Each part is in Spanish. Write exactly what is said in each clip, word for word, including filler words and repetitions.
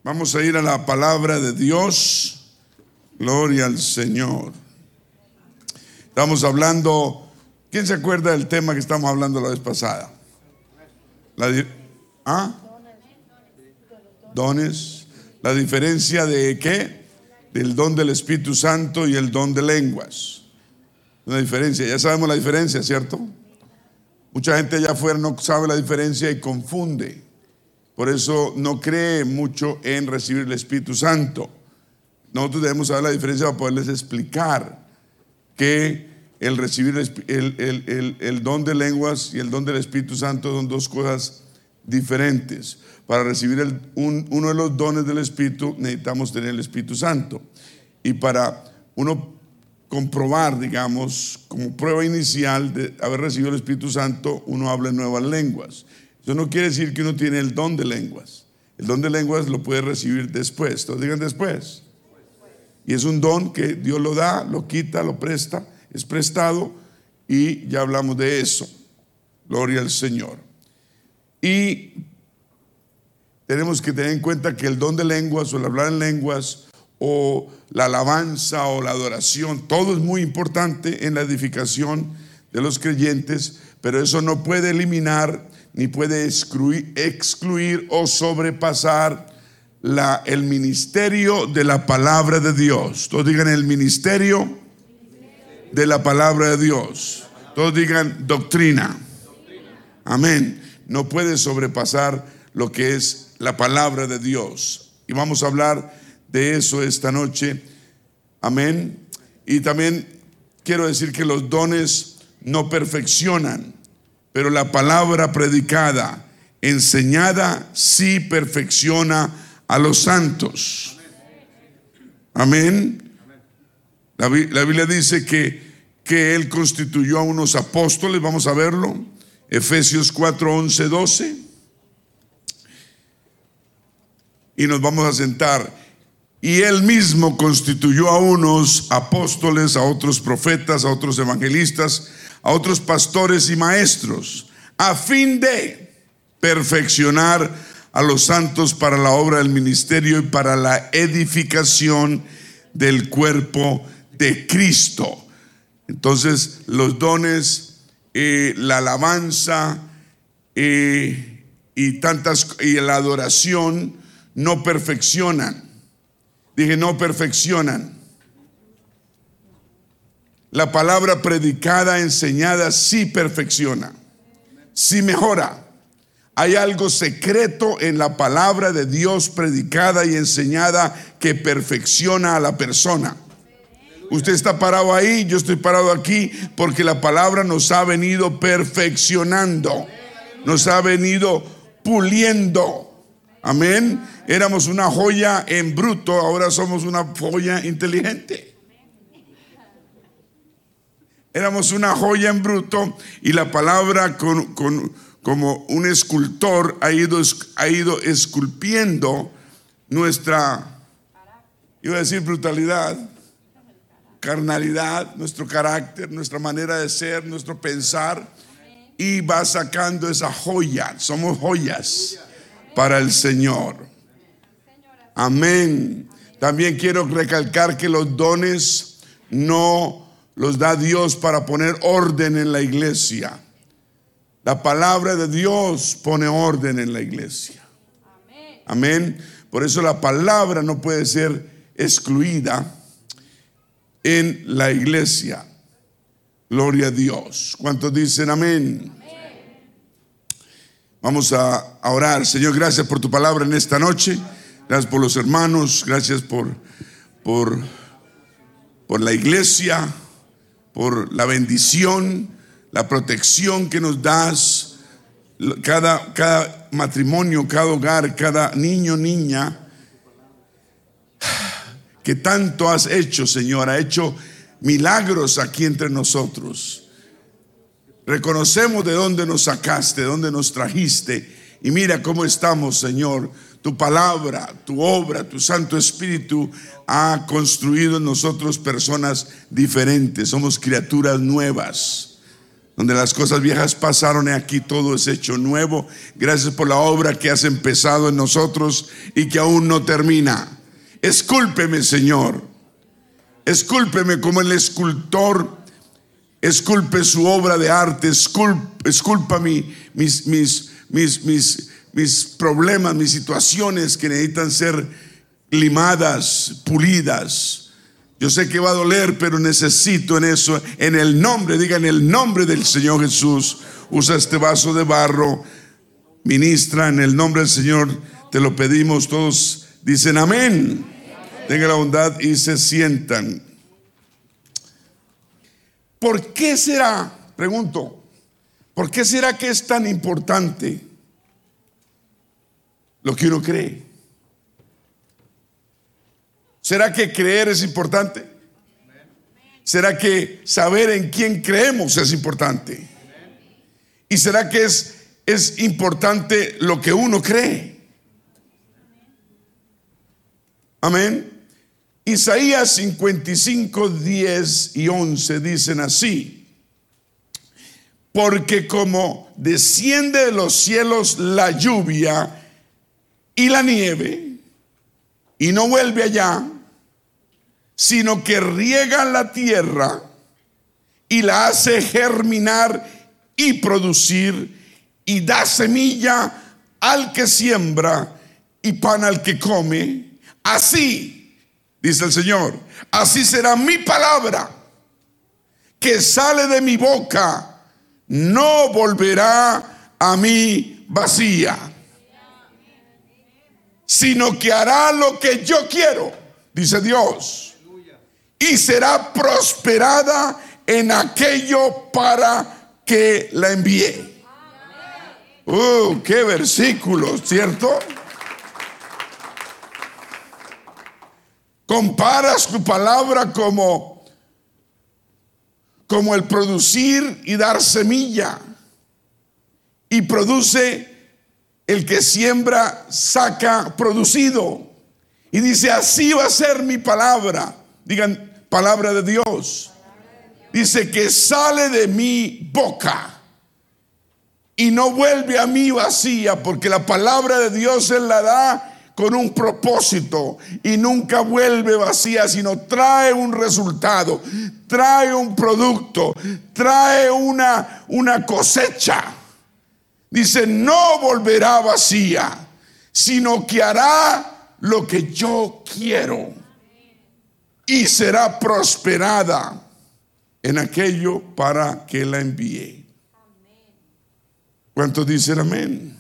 Vamos a ir a la palabra de Dios. Gloria al Señor. Estamos hablando, ¿quién se acuerda del tema que estamos hablando la vez pasada? La, ¿Ah? Dones. La diferencia de ¿qué? Del don del Espíritu Santo y el don de lenguas. Una diferencia, ya sabemos la diferencia, ¿cierto? Mucha gente allá afuera no sabe la diferencia y confunde. Por eso no cree mucho en recibir el Espíritu Santo. Nosotros debemos saber la diferencia para poderles explicar que el recibir el, el, el, el don de lenguas y el don del Espíritu Santo son dos cosas diferentes. Para recibir el, un, uno de los dones del Espíritu necesitamos tener el Espíritu Santo. Y para uno comprobar, digamos, como prueba inicial de haber recibido el Espíritu Santo, uno habla en nuevas lenguas. Eso no quiere decir que uno tiene el don de lenguas. El don de lenguas lo puede recibir después. Todos digan después. Y es un don que Dios lo da, lo quita, lo presta, es prestado, y ya hablamos de eso. Gloria al Señor. Y tenemos que tener en cuenta que el don de lenguas o el hablar en lenguas o la alabanza o la adoración, todo es muy importante en la edificación de los creyentes, pero eso no puede eliminar ni puede excluir, excluir o sobrepasar la, el ministerio de la palabra de Dios. Todos digan el ministerio de la palabra de Dios. Todos digan doctrina. Amén. No puede sobrepasar lo que es la palabra de Dios. Y vamos a hablar de eso esta noche. Amén. Y también quiero decir que los dones no perfeccionan, pero la palabra predicada, enseñada, sí perfecciona a los santos. Amén. La, la Biblia dice que, que Él constituyó a unos apóstoles. Vamos a verlo. Efesios cuatro, once, doce. Y nos vamos a sentar. Y Él mismo constituyó a unos apóstoles, a otros profetas, a otros evangelistas, a otros pastores y maestros, a fin de perfeccionar a los santos para la obra del ministerio y para la edificación del cuerpo de Cristo. Entonces, los dones, eh, la alabanza eh, y tantas y la adoración no perfeccionan. Dije, no perfeccionan. La palabra predicada, enseñada, sí perfecciona, sí mejora. Hay algo secreto en la palabra de Dios predicada y enseñada que perfecciona a la persona. Usted está parado ahí, yo estoy parado aquí, porque la palabra nos ha venido perfeccionando, nos ha venido puliendo. Amén. Éramos una joya en bruto, ahora somos una joya inteligente. Éramos una joya en bruto, y la palabra con, con, como un escultor ha ido, ha ido esculpiendo nuestra, iba a decir brutalidad, carnalidad, nuestro carácter, nuestra manera de ser, nuestro pensar, y va sacando esa joya. Somos joyas para el Señor. Amén. También quiero recalcar que los dones no los da Dios para poner orden en la iglesia. La palabra de Dios pone orden en la iglesia. Amén. Por eso la palabra no puede ser excluida en la iglesia. Gloria a Dios. ¿Cuántos dicen amén? Vamos a orar. Señor, gracias por tu palabra en esta noche. Gracias por los hermanos. Gracias por, por, por la iglesia, por la bendición, la protección que nos das. Cada, cada matrimonio, cada hogar, cada niño, niña, que tanto has hecho, Señor, ha hecho milagros aquí entre nosotros. Reconocemos de dónde nos sacaste, de dónde nos trajiste, y mira cómo estamos, Señor. Tu palabra, tu obra, tu Santo Espíritu ha construido en nosotros personas diferentes. Somos criaturas nuevas. donde las cosas viejas pasaron y aquí todo es hecho nuevo. Gracias por la obra que has empezado en nosotros y que aún no termina. Escúlpeme, Señor. Escúlpeme como el escultor esculpe su obra de arte. Esculpa, esculpa mi, mis, mis, mis, mis, mis problemas, mis situaciones que necesitan ser limadas, pulidas. Yo sé que va a doler, pero necesito en eso, en el nombre, diga en el nombre del Señor Jesús, usa este vaso de barro, ministra en el nombre del Señor, te lo pedimos. Todos dicen amén. Tengan la bondad y se sientan. ¿Por qué será, pregunto, por qué será que es tan importante lo que uno cree? ¿Será que creer es importante? ¿Será que saber en quién creemos es importante? ¿Y será que es, es importante lo que uno cree? Amén. Isaías cincuenta y cinco, diez y once dicen así: porque como desciende de los cielos la lluvia y la nieve, y no vuelve allá, sino que riega la tierra y la hace germinar y producir, y da semilla al que siembra y pan al que come, así dice el Señor, así será mi palabra que sale de mi boca, no volverá a mí vacía, sino que hará lo que yo quiero, dice Dios, y será prosperada en aquello para que la envié. ¡Uh, qué versículo!, ¿cierto? Comparas tu palabra como, como el producir y dar semilla, y produce el que siembra, saca producido, y dice así va a ser mi palabra. Digan palabra de Dios. Dice que sale de mi boca y no vuelve a mí vacía, porque la palabra de Dios Él la da con un propósito y nunca vuelve vacía, sino trae un resultado, trae un producto, trae una, una cosecha. Dice, no volverá vacía, sino que hará lo que yo quiero y será prosperada en aquello para que la envíe. ¿Cuántos dicen amén?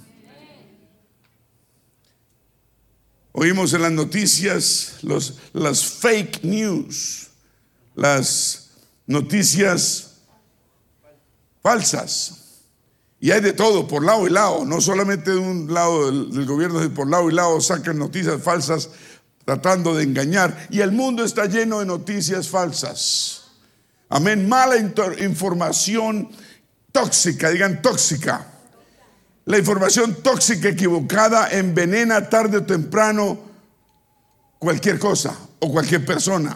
Oímos en las noticias los, las fake news, las noticias falsas. Y hay de todo, por lado y lado, no solamente de un lado del, del gobierno, sino por lado y lado sacan noticias falsas tratando de engañar. Y el mundo está lleno de noticias falsas. Amén, mala información tóxica, digan tóxica. La información tóxica equivocada envenena tarde o temprano cualquier cosa o cualquier persona.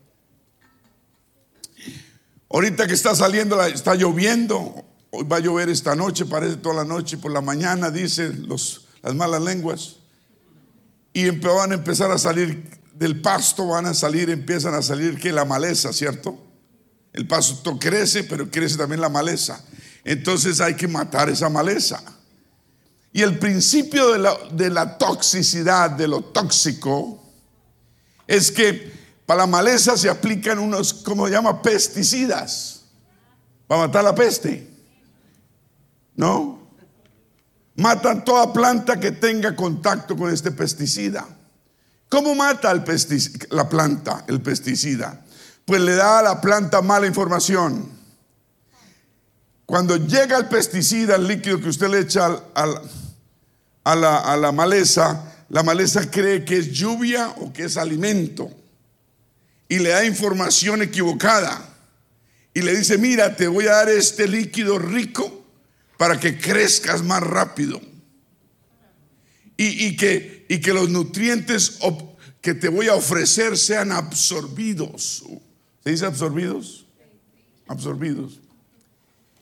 Ahorita que está saliendo, está lloviendo, hoy va a llover esta noche, parece toda la noche, por la mañana dicen los, las malas lenguas, y van a empezar a salir del pasto, van a salir, empiezan a salir que la maleza, ¿cierto? El pasto crece, pero crece también la maleza. Entonces hay que matar esa maleza. Y el principio de la, de la toxicidad, de lo tóxico, es que para la maleza se aplican unos, ¿cómo se llama? Pesticidas, para matar la peste. ¿No? Matan toda planta que tenga contacto con este pesticida. ¿Cómo mata el pestic- la planta, el pesticida? Pues le da a la planta mala información. Cuando llega el pesticida, el líquido que usted le echa al, al A la, a la maleza, la maleza cree que es lluvia o que es alimento y le da información equivocada y le dice, mira, te voy a dar este líquido rico para que crezcas más rápido y, y, que, y que los nutrientes que te voy a ofrecer sean absorbidos. ¿Se dice absorbidos? Absorbidos.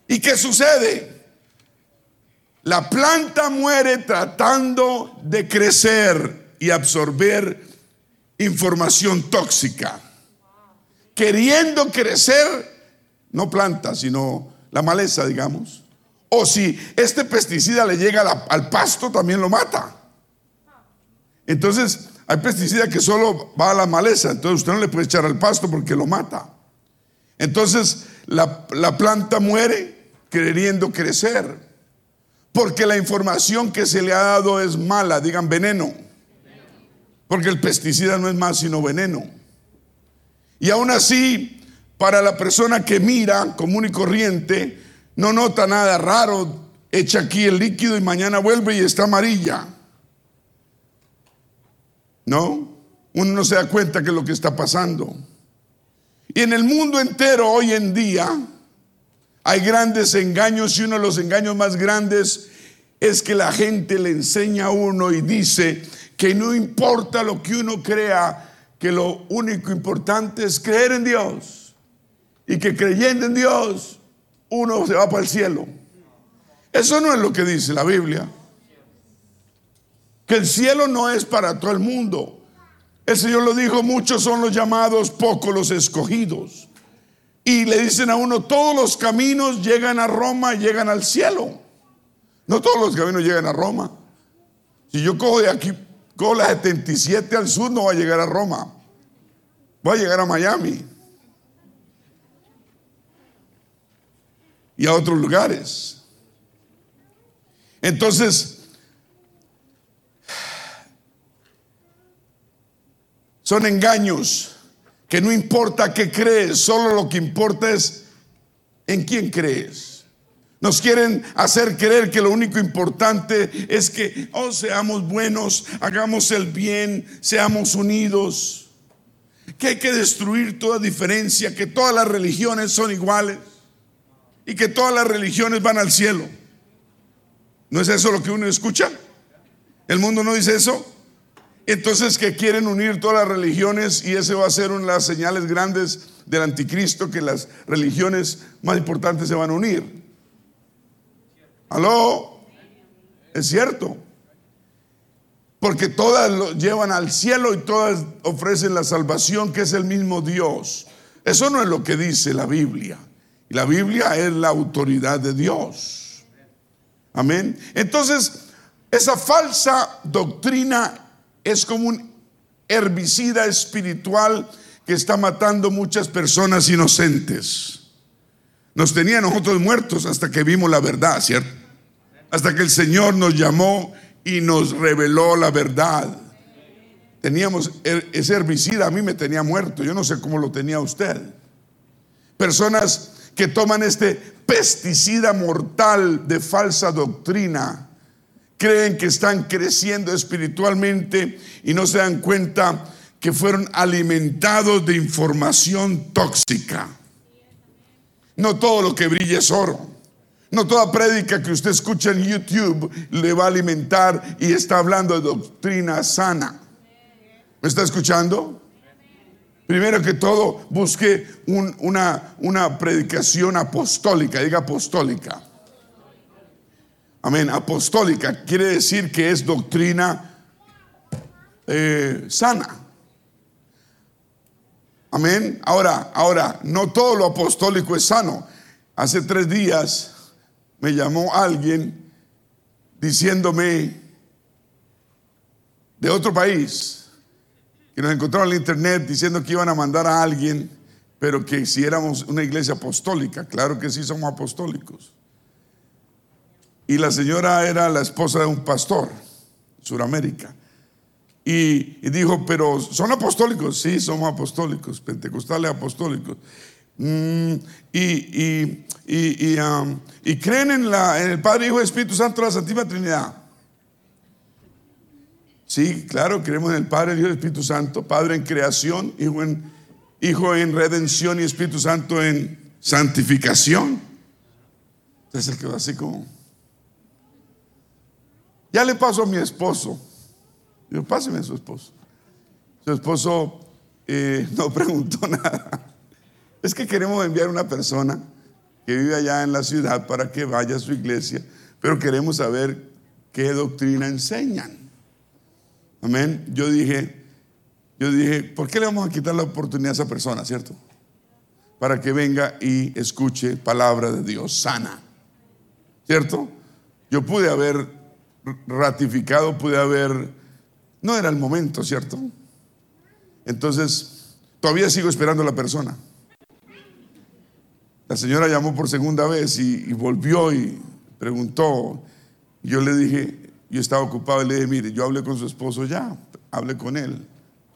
¿Y qué sucede? La planta muere tratando de crecer y absorber información tóxica, queriendo crecer, no planta, sino la maleza, digamos. O si este pesticida le llega a la, al pasto, también lo mata. Entonces, hay pesticida que solo va a la maleza, entonces usted no le puede echar al pasto porque lo mata. Entonces, la, la planta muere queriendo crecer, porque la información que se le ha dado es mala, digan veneno. Porque el pesticida no es más sino veneno. Y aún así, para la persona que mira común y corriente, no nota nada raro, echa aquí el líquido y mañana vuelve y está amarilla. No, uno no se da cuenta que es lo que está pasando. Y en el mundo entero hoy en día hay grandes engaños, y uno de los engaños más grandes es que la gente le enseña a uno y dice que no importa lo que uno crea, que lo único importante es creer en Dios, y que creyendo en Dios uno se va para el cielo. Eso no es lo que dice la Biblia. Que el cielo no es para todo el mundo. El Señor lo dijo: muchos son los llamados, pocos los escogidos. Y le dicen a uno: todos los caminos llegan a Roma, llegan al cielo. No todos los caminos llegan a Roma. Si yo cojo de aquí, cojo la setenta y siete al sur, no va a llegar a Roma, voy a llegar a Miami y a otros lugares. Entonces, son engaños que no importa qué crees, solo lo que importa es en quién crees. Nos quieren hacer creer que lo único importante es que oh, seamos buenos, hagamos el bien, seamos unidos, que hay que destruir toda diferencia, que todas las religiones son iguales y que todas las religiones van al cielo. ¿No es eso lo que uno escucha? ¿El mundo no dice eso? Entonces, que quieren unir todas las religiones, y ese va a ser una de las señales grandes del anticristo, que las religiones más importantes se van a unir. ¿Aló? Es cierto. Porque todas lo llevan al cielo y todas ofrecen la salvación, que es el mismo Dios. Eso no es lo que dice la Biblia. Y la Biblia es la autoridad de Dios. Amén. Entonces, esa falsa doctrina es como un herbicida espiritual que está matando muchas personas inocentes. Nos tenía nosotros muertos hasta que vimos la verdad, ¿cierto? Hasta que el Señor nos llamó y nos reveló la verdad. Teníamos ese herbicida, a mí me tenía muerto. Yo no sé cómo lo tenía usted. Personas que toman este pesticida mortal de falsa doctrina, creen que están creciendo espiritualmente y no se dan cuenta que fueron alimentados de información tóxica. No todo lo que brilla es oro. No toda prédica que usted escucha en YouTube le va a alimentar y está hablando de doctrina sana. ¿Me está escuchando? Primero que todo, busque un, una, una predicación apostólica. Diga apostólica. Amén. Apostólica quiere decir que es doctrina eh, sana. Amén. Ahora, ahora, no todo lo apostólico es sano. Hace tres días me llamó alguien diciéndome, de otro país, que nos encontraron en el internet, diciendo que iban a mandar a alguien, pero que si éramos una iglesia apostólica. Claro que sí somos apostólicos. Y la señora era la esposa de un pastor en Sudamérica. Y, y dijo, pero ¿son apostólicos? Sí, somos apostólicos, pentecostales apostólicos. Mm, y, y, y, y, um, y creen en, la, en el Padre, Hijo y Espíritu Santo, la Santísima Trinidad. Sí, claro, creemos en el Padre, el Hijo y el Espíritu Santo. Padre en creación, Hijo en, Hijo en redención y Espíritu Santo en santificación. Entonces él quedó así como... Ya le paso a mi esposo. Yo, páseme a su esposo. Su esposo eh, no preguntó nada. Es que queremos enviar una persona que vive allá en la ciudad para que vaya a su iglesia, pero queremos saber qué doctrina enseñan. Amén. Yo dije, yo dije, ¿por qué le vamos a quitar la oportunidad a esa persona, cierto? Para que venga y escuche palabra de Dios sana, ¿cierto? Yo pude haber ratificado, pude haber, no era el momento, ¿cierto? Entonces, todavía sigo esperando a la persona. La señora llamó por segunda vez y, y volvió y preguntó. Yo le dije, yo estaba ocupado y le dije, mire, yo hablé con su esposo ya, hablé con él.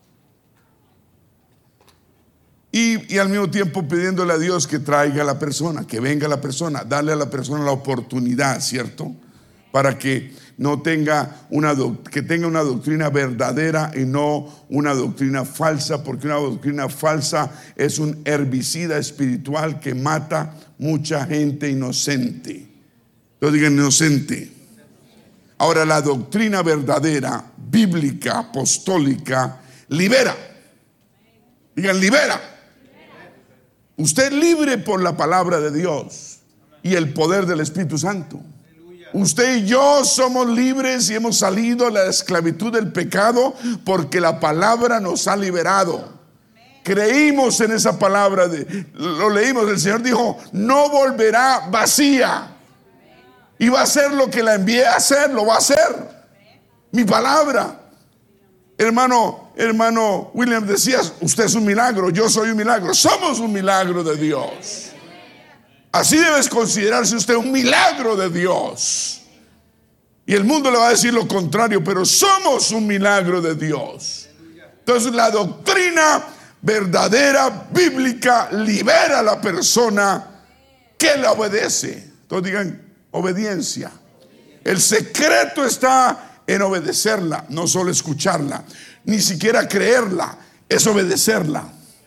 Y, y al mismo tiempo pidiéndole a Dios que traiga a la persona, que venga la persona, darle a la persona la oportunidad, ¿cierto? Para que no tenga una, que tenga una doctrina verdadera y no una doctrina falsa, porque una doctrina falsa es un herbicida espiritual que mata mucha gente inocente. Yo digo inocente. Ahora, la doctrina verdadera, bíblica, apostólica, libera. Digan, libera. Usted es libre por la palabra de Dios y el poder del Espíritu Santo. Usted y yo somos libres y hemos salido de la esclavitud del pecado porque la palabra nos ha liberado. Creímos en esa palabra, de, lo leímos, el Señor dijo, no volverá vacía. Y va a hacer lo que la envié a hacer, lo va a hacer. Mi palabra. Hermano, hermano William decía, usted es un milagro, yo soy un milagro. Somos un milagro de Dios. Así debes considerarse usted un milagro de Dios. Y el mundo le va a decir lo contrario, pero somos un milagro de Dios. Entonces la doctrina verdadera, bíblica, libera a la persona que la obedece. Entonces digan, obediencia. El secreto está en obedecerla, no solo escucharla, ni siquiera creerla, es obedecerla.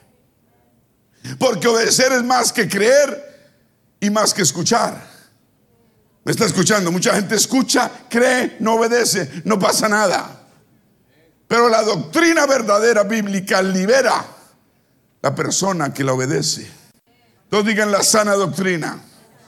Porque obedecer es más que creer y más que escuchar. ¿Me está escuchando? Mucha gente escucha, cree, no obedece, no pasa nada. Pero la doctrina verdadera bíblica libera la persona que la obedece. Todos digan la sana doctrina.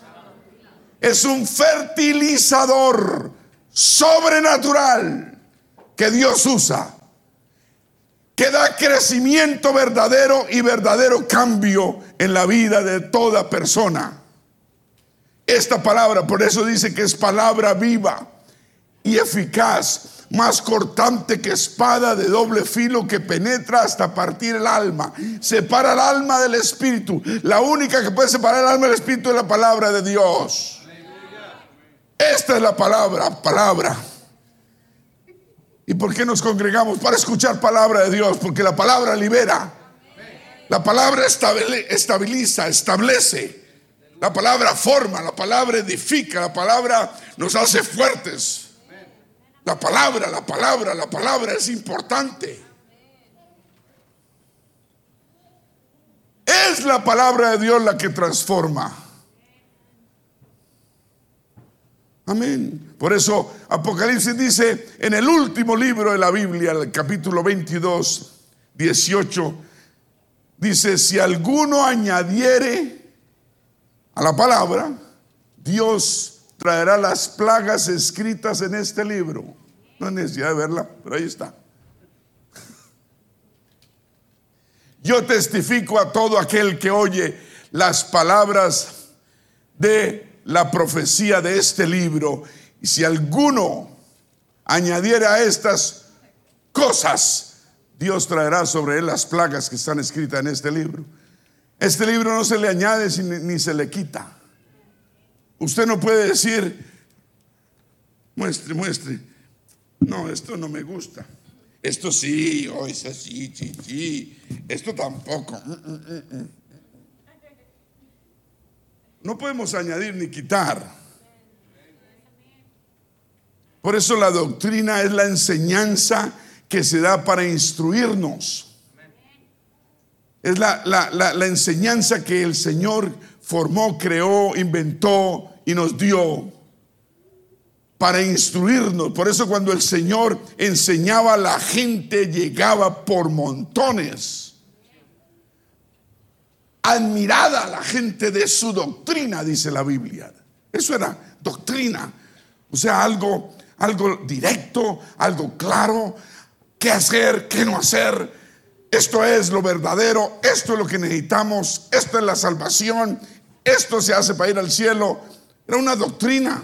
Es un fertilizador sobrenatural que Dios usa, que da crecimiento verdadero y verdadero cambio en la vida de toda persona. Esta palabra, por eso dice que es palabra viva y eficaz, más cortante que espada de doble filo, que penetra hasta partir el alma, separa el alma del espíritu. La única que puede separar el alma del espíritu es la palabra de Dios. Esta es la palabra, palabra. ¿Y por qué nos congregamos? Para escuchar palabra de Dios, porque la palabra libera. La palabra estabiliza, establece. La palabra forma, la palabra edifica, la palabra nos hace fuertes. La palabra, la palabra, la palabra es importante. Es la palabra de Dios la que transforma. Amén. Por eso Apocalipsis dice en el último libro de la Biblia, el capítulo veintidós, dieciocho, dice, si alguno añadiere a la palabra, Dios traerá las plagas escritas en este libro. No hay necesidad de verla, pero ahí está. Yo testifico a todo aquel que oye las palabras de la profecía de este libro, y si alguno añadiera a estas cosas, Dios traerá sobre él las plagas que están escritas en este libro. Este libro no se le añade ni se le quita. Usted no puede decir, muestre, muestre, no, esto no me gusta, esto sí, oh, es así, sí, sí, esto tampoco. No podemos añadir ni quitar. Por eso la doctrina es la enseñanza que se da para instruirnos. Es la, la, la, la enseñanza que el Señor formó, creó, inventó y nos dio para instruirnos. Por eso cuando el Señor enseñaba, la gente llegaba por montones. admirada la gente de su doctrina, dice la Biblia. Eso era doctrina, o sea, algo, algo directo, algo claro, qué hacer, qué no hacer. Esto es lo verdadero, esto es lo que necesitamos, esto es la salvación, esto se hace para ir al cielo. Era una doctrina.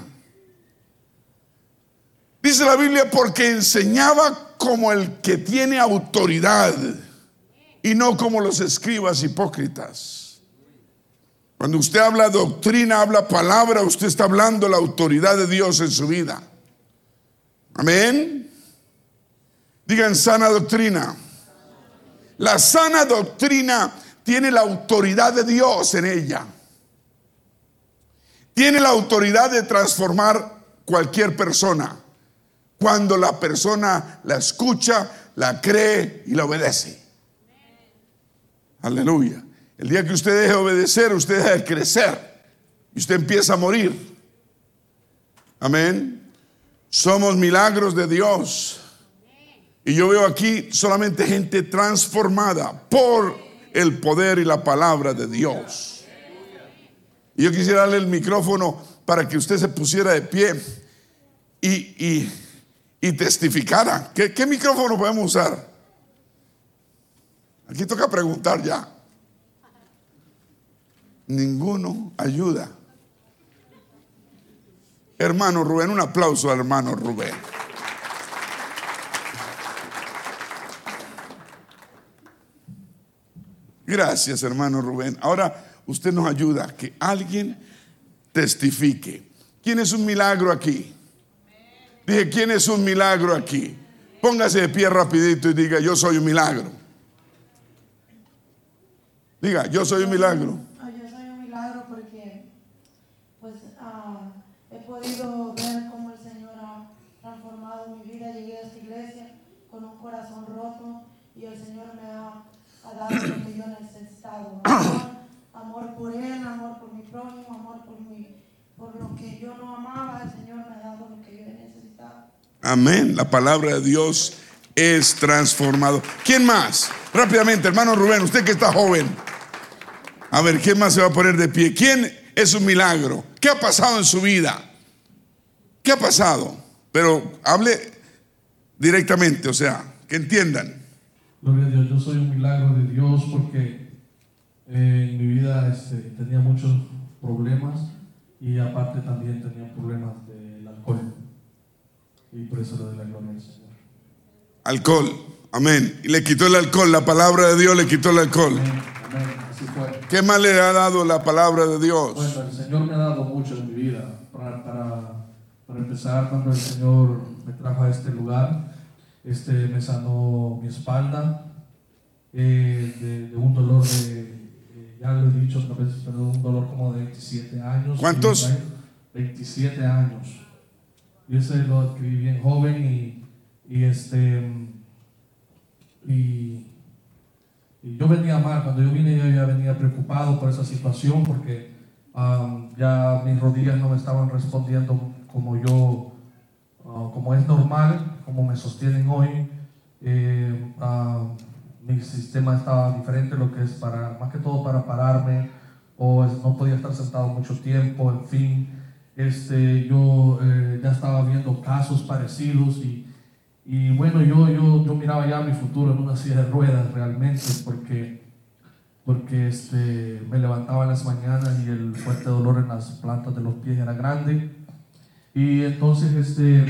Dice la Biblia, porque enseñaba como el que tiene autoridad y no como los escribas hipócritas. Cuando usted habla doctrina, habla palabra, usted está hablando la autoridad de Dios en su vida. Amén. Digan sana doctrina. La sana doctrina tiene la autoridad de Dios en ella. Tiene la autoridad de transformar cualquier persona cuando la persona la escucha, la cree y la obedece. Aleluya. El día que usted deje de obedecer, usted deja de crecer y usted empieza a morir. Amén. Somos milagros de Dios. Y yo veo aquí solamente gente transformada por el poder y la palabra de Dios. Y yo quisiera darle el micrófono para que usted se pusiera de pie y, y, y testificara. ¿Qué, ¿Qué micrófono podemos usar? Aquí toca preguntar ya. Ninguno ayuda. Hermano Rubén, un aplauso al hermano Rubén. Gracias, hermano Rubén. Ahora usted nos ayuda a que alguien testifique. ¿Quién es un milagro aquí? Dije, ¿quién es un milagro aquí? Póngase de pie rapidito y diga, yo soy un milagro. Diga, yo soy un milagro. Yo soy un milagro porque pues uh, he podido ver cómo el Señor ha transformado mi vida. Llegué a esta iglesia con un corazón roto y el Señor me ha, ha dado lo que yo he necesitado. Amor, amor por Él, amor por mi prójimo, amor por, mi, por lo que yo no amaba. El Señor me ha dado lo que yo he necesitado. Amén. La palabra de Dios es transformado. ¿Quién más? Rápidamente, hermano Rubén, usted que está joven. A ver, ¿quién más se va a poner de pie? ¿Quién es un milagro? ¿Qué ha pasado en su vida? ¿Qué ha pasado? Pero hable directamente, o sea, que entiendan. Gloria a Dios, yo soy un milagro de Dios porque eh, en mi vida este, tenía muchos problemas y aparte también tenía problemas del alcohol. Y por eso le doy la gloria al Señor. Alcohol, amén. Y le quitó el alcohol, la palabra de Dios le quitó el alcohol. Amén, amén, así fue. ¿Qué más le ha dado la palabra de Dios? Bueno, el Señor me ha dado mucho en mi vida. Para, para, para empezar, cuando el Señor me trajo a este lugar, este, me sanó mi espalda eh, de, de un dolor de, eh, ya lo he dicho otra vez, pero un dolor como de veintisiete años. ¿Cuántos? veintisiete años. Y ese lo adquirí bien joven y, y este y, y yo venía mal. Cuando yo vine, yo ya venía preocupado por esa situación porque um, ya mis rodillas no me estaban respondiendo como yo, uh, como es normal, como me sostienen hoy. Eh, uh, mi sistema estaba diferente, lo que es para, más que todo para pararme, o es, no podía estar sentado mucho tiempo, en fin. Este, yo eh, ya estaba viendo casos parecidos y, y bueno, yo, yo, yo miraba ya mi futuro en una silla de ruedas realmente porque, porque este, me levantaba en las mañanas y el fuerte dolor en las plantas de los pies era grande. Y entonces este,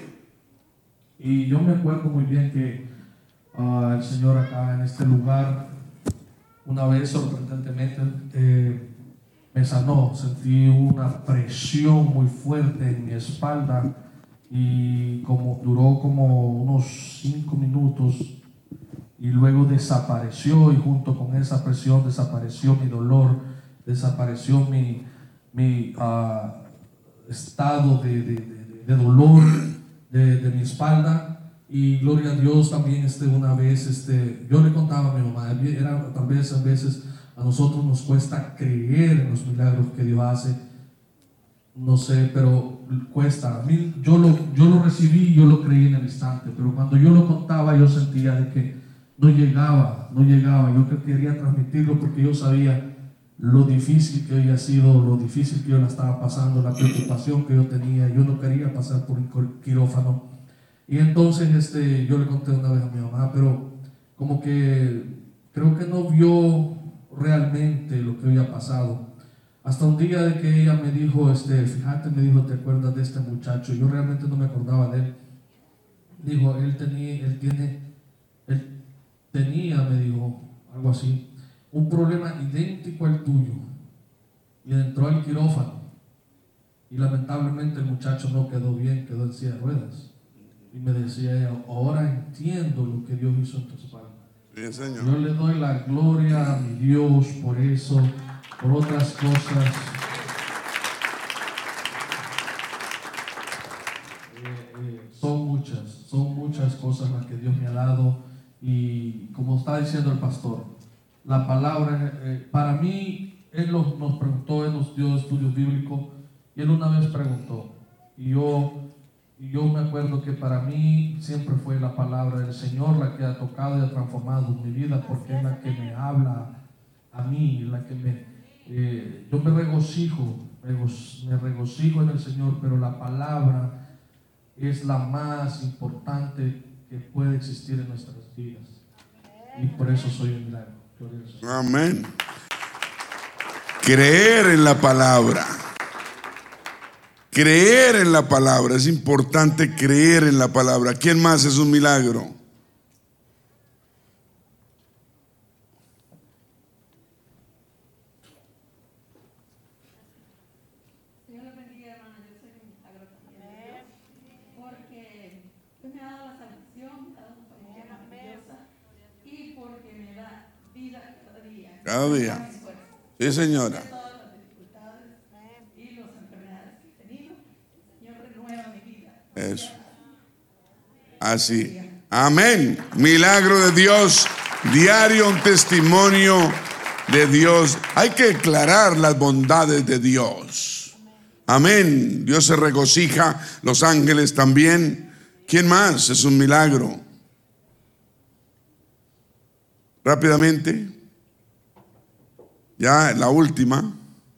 y yo me acuerdo muy bien que uh, el Señor acá en este lugar una vez sorprendentemente eh, me sanó. Sentí una presión muy fuerte en mi espalda y como duró como unos cinco minutos y luego desapareció, y junto con esa presión desapareció mi dolor, desapareció mi, mi uh, estado de, de, de, de dolor de, de mi espalda. Y gloria a Dios también este, una vez este, yo le contaba a mi mamá, era, tal vez a veces a nosotros nos cuesta creer en los milagros que Dios hace, no sé, pero cuesta. A mí, yo lo, yo lo recibí, yo lo creí en el instante, pero cuando yo lo contaba yo sentía de que no llegaba, no llegaba. Yo quería transmitirlo porque yo sabía lo difícil que había sido, lo difícil que yo la estaba pasando, la preocupación que yo tenía. Yo no quería pasar por un quirófano. Y entonces este, yo le conté una vez a mi mamá, pero como que creo que no vio realmente lo que había pasado. Hasta un día de que ella me dijo, este, fíjate, me dijo, ¿te acuerdas de este muchacho? Yo realmente no me acordaba de él. Dijo, él tenía, él tiene, él tenía, me dijo, algo así, un problema idéntico al tuyo. Y entró al quirófano. Y lamentablemente el muchacho no quedó bien, quedó en silla de ruedas. Y me decía ella, ahora entiendo lo que Dios hizo en tu espalda. Sí, Señor. Yo le doy la gloria a mi Dios por eso, por otras cosas. Eh, eh, son muchas, son muchas cosas las que Dios me ha dado. Y como está diciendo el pastor, la palabra, eh, para mí, Él nos, nos preguntó, Él nos dio estudios bíblicos, y Él una vez preguntó, y yo... Y yo me acuerdo que para mí siempre fue la palabra del Señor la que ha tocado y ha transformado mi vida, porque es la que me habla a mí, la que me... Eh, yo me regocijo, me regocijo en el Señor, pero la palabra es la más importante que puede existir en nuestras vidas. Y por eso soy un milagro. Amén. Creer en la palabra. Creer en la palabra, es importante creer en la palabra. ¿Quién más es un milagro? Señor les bendiga, hermana. Yo soy un milagro también, porque Dios me ha dado la salvación, me ha dado una familia maravillosa y porque me da vida cada día. Cada día. Sí, señora. Eso. Así. Amén. Milagro de Dios diario, un testimonio de Dios. Hay que declarar las bondades de Dios. Amén. Dios se regocija, los ángeles también. ¿Quién más? Es un milagro. Rápidamente. Ya la última.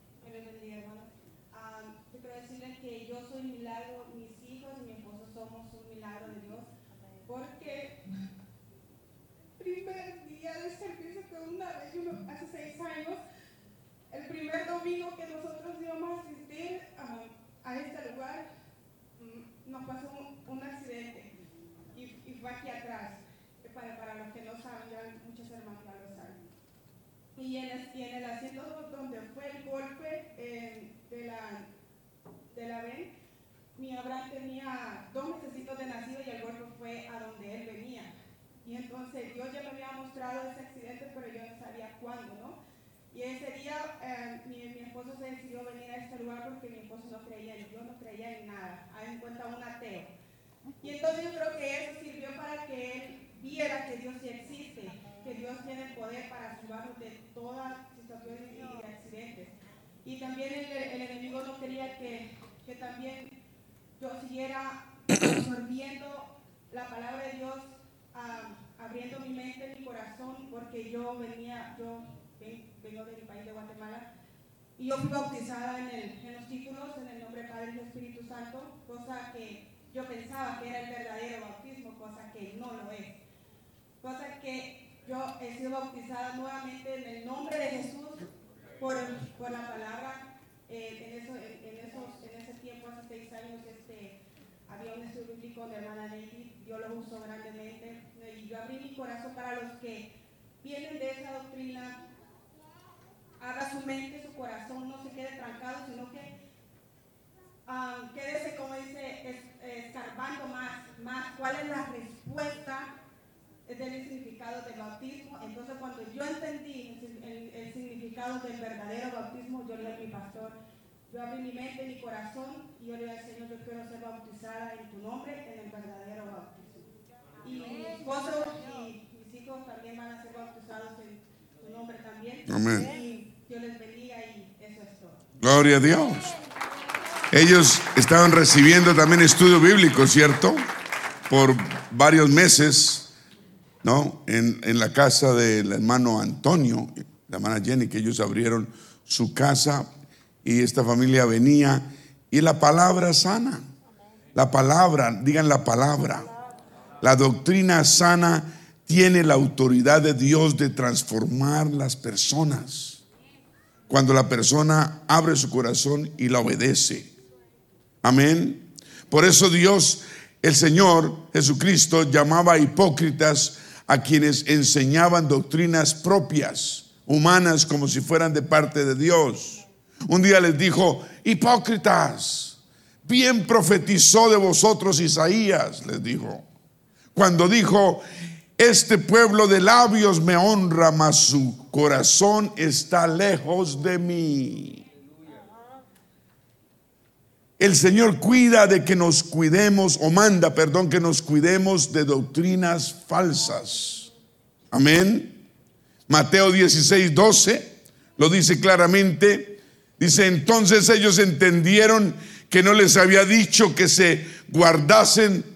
A este lugar nos pasó un, un accidente y, y fue aquí atrás. Para, para los que no saben, ya muchos hermanos ya lo saben. Y en el, y en el asiento donde fue el golpe eh, de la de la ven, mi Abraham tenía dos mesecitos de nacido y el golpe fue a donde él venía. Y entonces Dios ya me había mostrado ese accidente, pero yo no sabía cuándo, ¿no? Y ese día eh, mi, mi esposo se decidió venir a este lugar porque mi esposo no creía en Dios, no creía en nada, a en cuenta un ateo. Y entonces yo creo que eso sirvió para que él viera que Dios sí existe, que Dios tiene el poder para salvarnos de todas situaciones y de accidentes. Y también el, el enemigo no quería que, que también yo siguiera absorbiendo la palabra de Dios, uh, abriendo mi mente, mi corazón, porque yo venía, yo vengo del país de Guatemala y yo fui bautizada en, el, en los títulos en el nombre del Padre y del Espíritu Santo, cosa que yo pensaba que era el verdadero bautismo, cosa que no lo es, cosa que yo he sido bautizada nuevamente en el nombre de Jesús por, por la palabra. Eh, en, eso, en, en, esos, en ese tiempo, hace seis años, este, había un estudio bíblico de hermana Lady, Dios lo usó grandemente y yo abrí mi corazón para los que vienen de esa doctrina. Abra su mente, su corazón, no se quede trancado, sino que um, quédese, como dice, es, escarbando más, más cuál es la respuesta del significado del bautismo. Entonces, cuando yo entendí el, el, el significado del verdadero bautismo, yo le dije a mi pastor, yo abrí mi mente, mi corazón, y yo le dije al Señor, yo quiero ser bautizada en tu nombre, en el verdadero bautismo. Y mi esposo y mis hijos también van a ser bautizados en tu nombre también. Amén. Dios les bendiga y eso es todo. Gloria a Dios. Ellos estaban recibiendo también estudio bíblico, ¿cierto? Por varios meses, ¿no? En, en la casa del hermano Antonio, la hermana Jenny, que ellos abrieron su casa y esta familia venía y la palabra sana, la palabra, digan la palabra, la doctrina sana tiene la autoridad de Dios de transformar las personas cuando la persona abre su corazón y la obedece. Amén. Por eso Dios, el Señor Jesucristo, llamaba hipócritas a quienes enseñaban doctrinas propias, humanas, como si fueran de parte de Dios. Un día les dijo: hipócritas, bien profetizó de vosotros Isaías, les dijo, cuando dijo: este pueblo de labios me honra, mas su corazón está lejos de mí. El Señor cuida de que nos cuidemos, o manda, perdón, que nos cuidemos de doctrinas falsas. Amén. Mateo dieciséis, doce lo dice claramente. Dice: entonces ellos entendieron que no les había dicho que se guardasen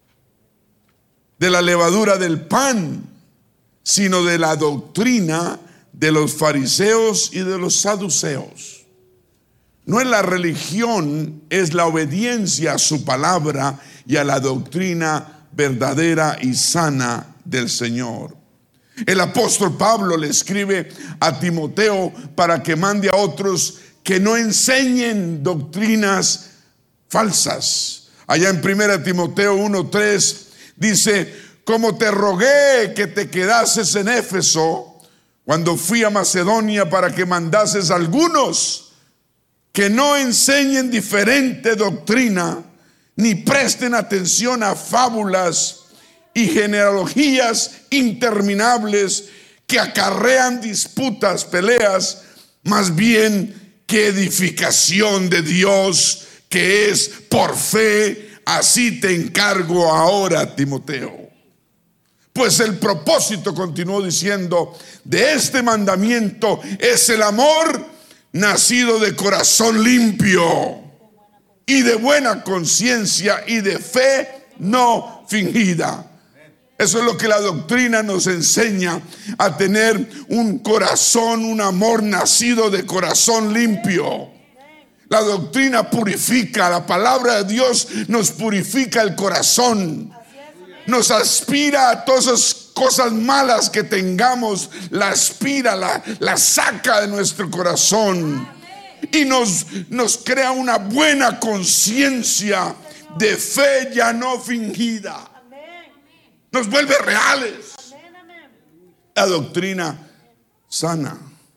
de la levadura del pan, sino de la doctrina de los fariseos y de los saduceos. No es la religión, es la obediencia a su palabra y a la doctrina verdadera y sana del Señor. El apóstol Pablo le escribe a Timoteo para que mande a otros que no enseñen doctrinas falsas. Allá en primera Timoteo uno, tres dice: como te rogué que te quedases en Éfeso cuando fui a Macedonia, para que mandases a algunos que no enseñen diferente doctrina, ni presten atención a fábulas y genealogías interminables que acarrean disputas, peleas, más bien que edificación de Dios, que es por fe. Así te encargo ahora, Timoteo. Pues el propósito, continuó diciendo, de este mandamiento es el amor nacido de corazón limpio y de buena conciencia y de fe no fingida. Eso es lo que la doctrina nos enseña, a tener un corazón, un amor nacido de corazón limpio. La doctrina purifica, la palabra de Dios nos purifica el corazón, nos aspira a todas esas cosas malas que tengamos, la aspira, la, la saca de nuestro corazón y nos, nos crea una buena conciencia de fe ya no fingida. Nos vuelve reales. La doctrina sana.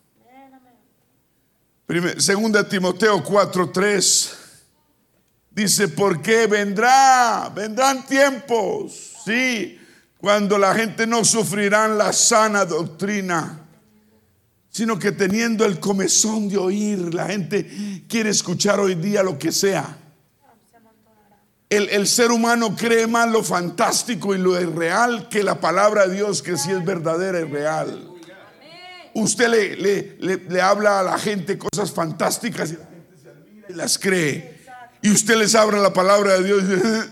Primer, segunda Timoteo cuatro, tres dice: porque vendrá, vendrán tiempos, sí, cuando la gente no sufrirá la sana doctrina, sino que teniendo el comezón de oír. La gente quiere escuchar hoy día lo que sea. El, el ser humano cree más lo fantástico y lo irreal que la palabra de Dios, que sí es verdadera y real. Usted le, le, le, le habla a la gente cosas fantásticas y la gente se admira y las cree. Y usted les habla la palabra de Dios.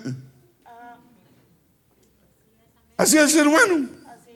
Así es el ser humano.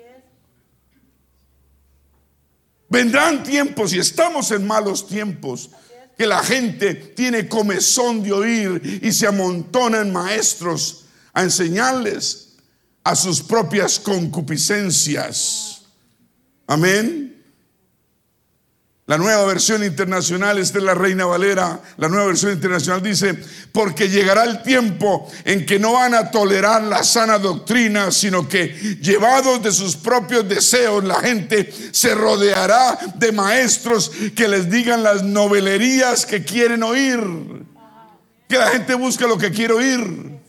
Vendrán tiempos, y estamos en malos tiempos, que la gente tiene comezón de oír y se amontonan maestros a enseñarles a sus propias concupiscencias. Amén. La nueva versión internacional, esta es la Reina Valera, la nueva versión internacional dice: porque llegará el tiempo en que no van a tolerar la sana doctrina, sino que, llevados de sus propios deseos, la gente se rodeará de maestros que les digan las novelerías que quieren oír. Que la gente busca lo que quiere oír.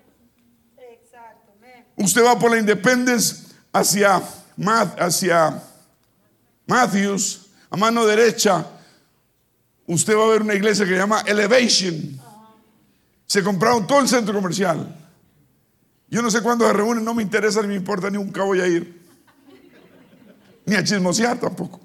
Usted va por la Independence hacia, hacia Matthews, a mano derecha, usted va a ver una iglesia que se llama Elevation. Se compraron todo el centro comercial. Yo no sé cuándo se reúnen, no me interesa ni me importa, ni nunca voy a ir. Ni a chismosear tampoco.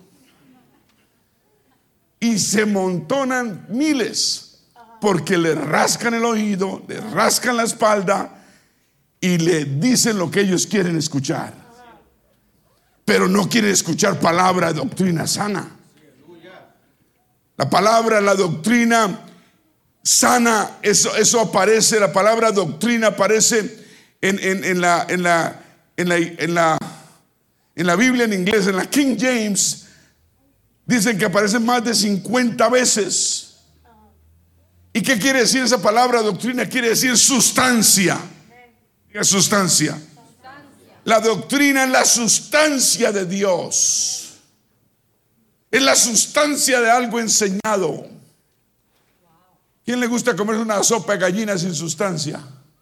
Y se amontonan miles, porque le rascan el oído, le rascan la espalda y le dicen lo que ellos quieren escuchar. Pero no quieren escuchar palabra de doctrina sana. La palabra, la doctrina sana, eso, eso aparece, la palabra doctrina aparece en, en, en, la, en, la, en, la, en, la, en la Biblia en inglés, en la King James, dicen que aparece más de cincuenta veces. ¿Y qué quiere decir esa palabra doctrina? Quiere decir sustancia. ¿Qué es sustancia? La doctrina es la sustancia de Dios. Es la sustancia de algo enseñado. ¿Quién le gusta comer una sopa de gallina sin sustancia?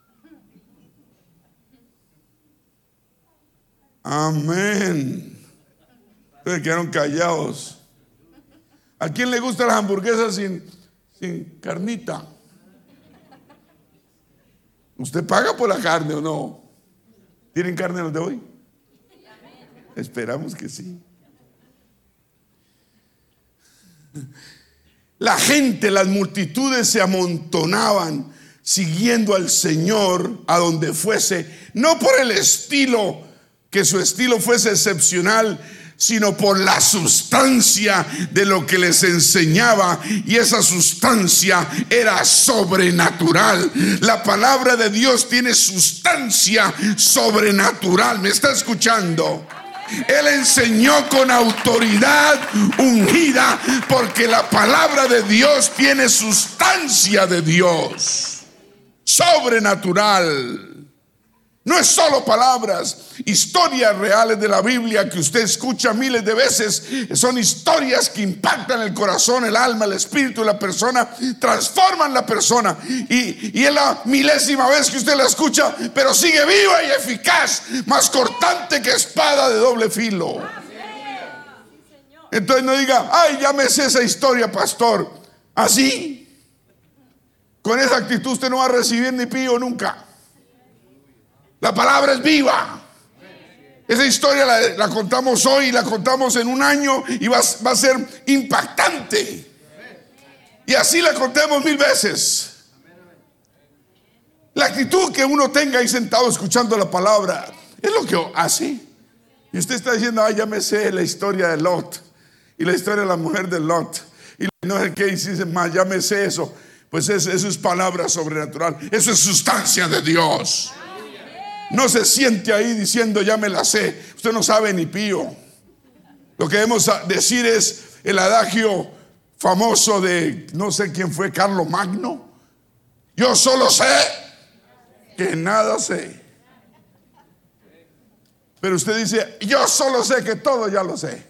Amén. Ustedes quedaron callados. ¿A quién le gustan las hamburguesas sin, sin carnita? ¿Usted paga por la carne o no? ¿Tienen carne los de hoy? Esperamos que sí. La gente, las multitudes se amontonaban siguiendo al Señor a donde fuese, no por el estilo, que su estilo fuese excepcional, sino por la sustancia de lo que les enseñaba, y esa sustancia era sobrenatural. La palabra de Dios tiene sustancia sobrenatural. ¿Me está escuchando? Él enseñó con autoridad ungida, porque la palabra de Dios tiene sustancia de Dios, sobrenatural. No es solo palabras, historias reales de la Biblia que usted escucha miles de veces. Son historias que impactan el corazón, el alma, el espíritu de la persona, transforman la persona. Y, y es la milésima vez que usted la escucha, pero sigue viva y eficaz, más cortante que espada de doble filo. Entonces no diga, ay, ya me sé esa historia, pastor. Así, con esa actitud usted no va a recibir ni pío nunca. La palabra es viva. Esa historia la, la contamos hoy, la contamos en un año y va, va a ser impactante. Y así la contemos mil veces. La actitud que uno tenga ahí sentado escuchando la palabra es lo que hace. Y usted está diciendo, ay, ya me sé la historia de Lot y la historia de la mujer de Lot. Y no sé qué dice más, ya me sé eso. Pues eso, eso es palabra sobrenatural. Eso es sustancia de Dios. No se siente ahí diciendo ya me la sé. Usted no sabe ni pío. Lo que debemos decir es el adagio famoso de no sé quién fue, Carlos Magno. Yo solo sé que nada sé. Pero usted dice, yo solo sé que todo ya lo sé.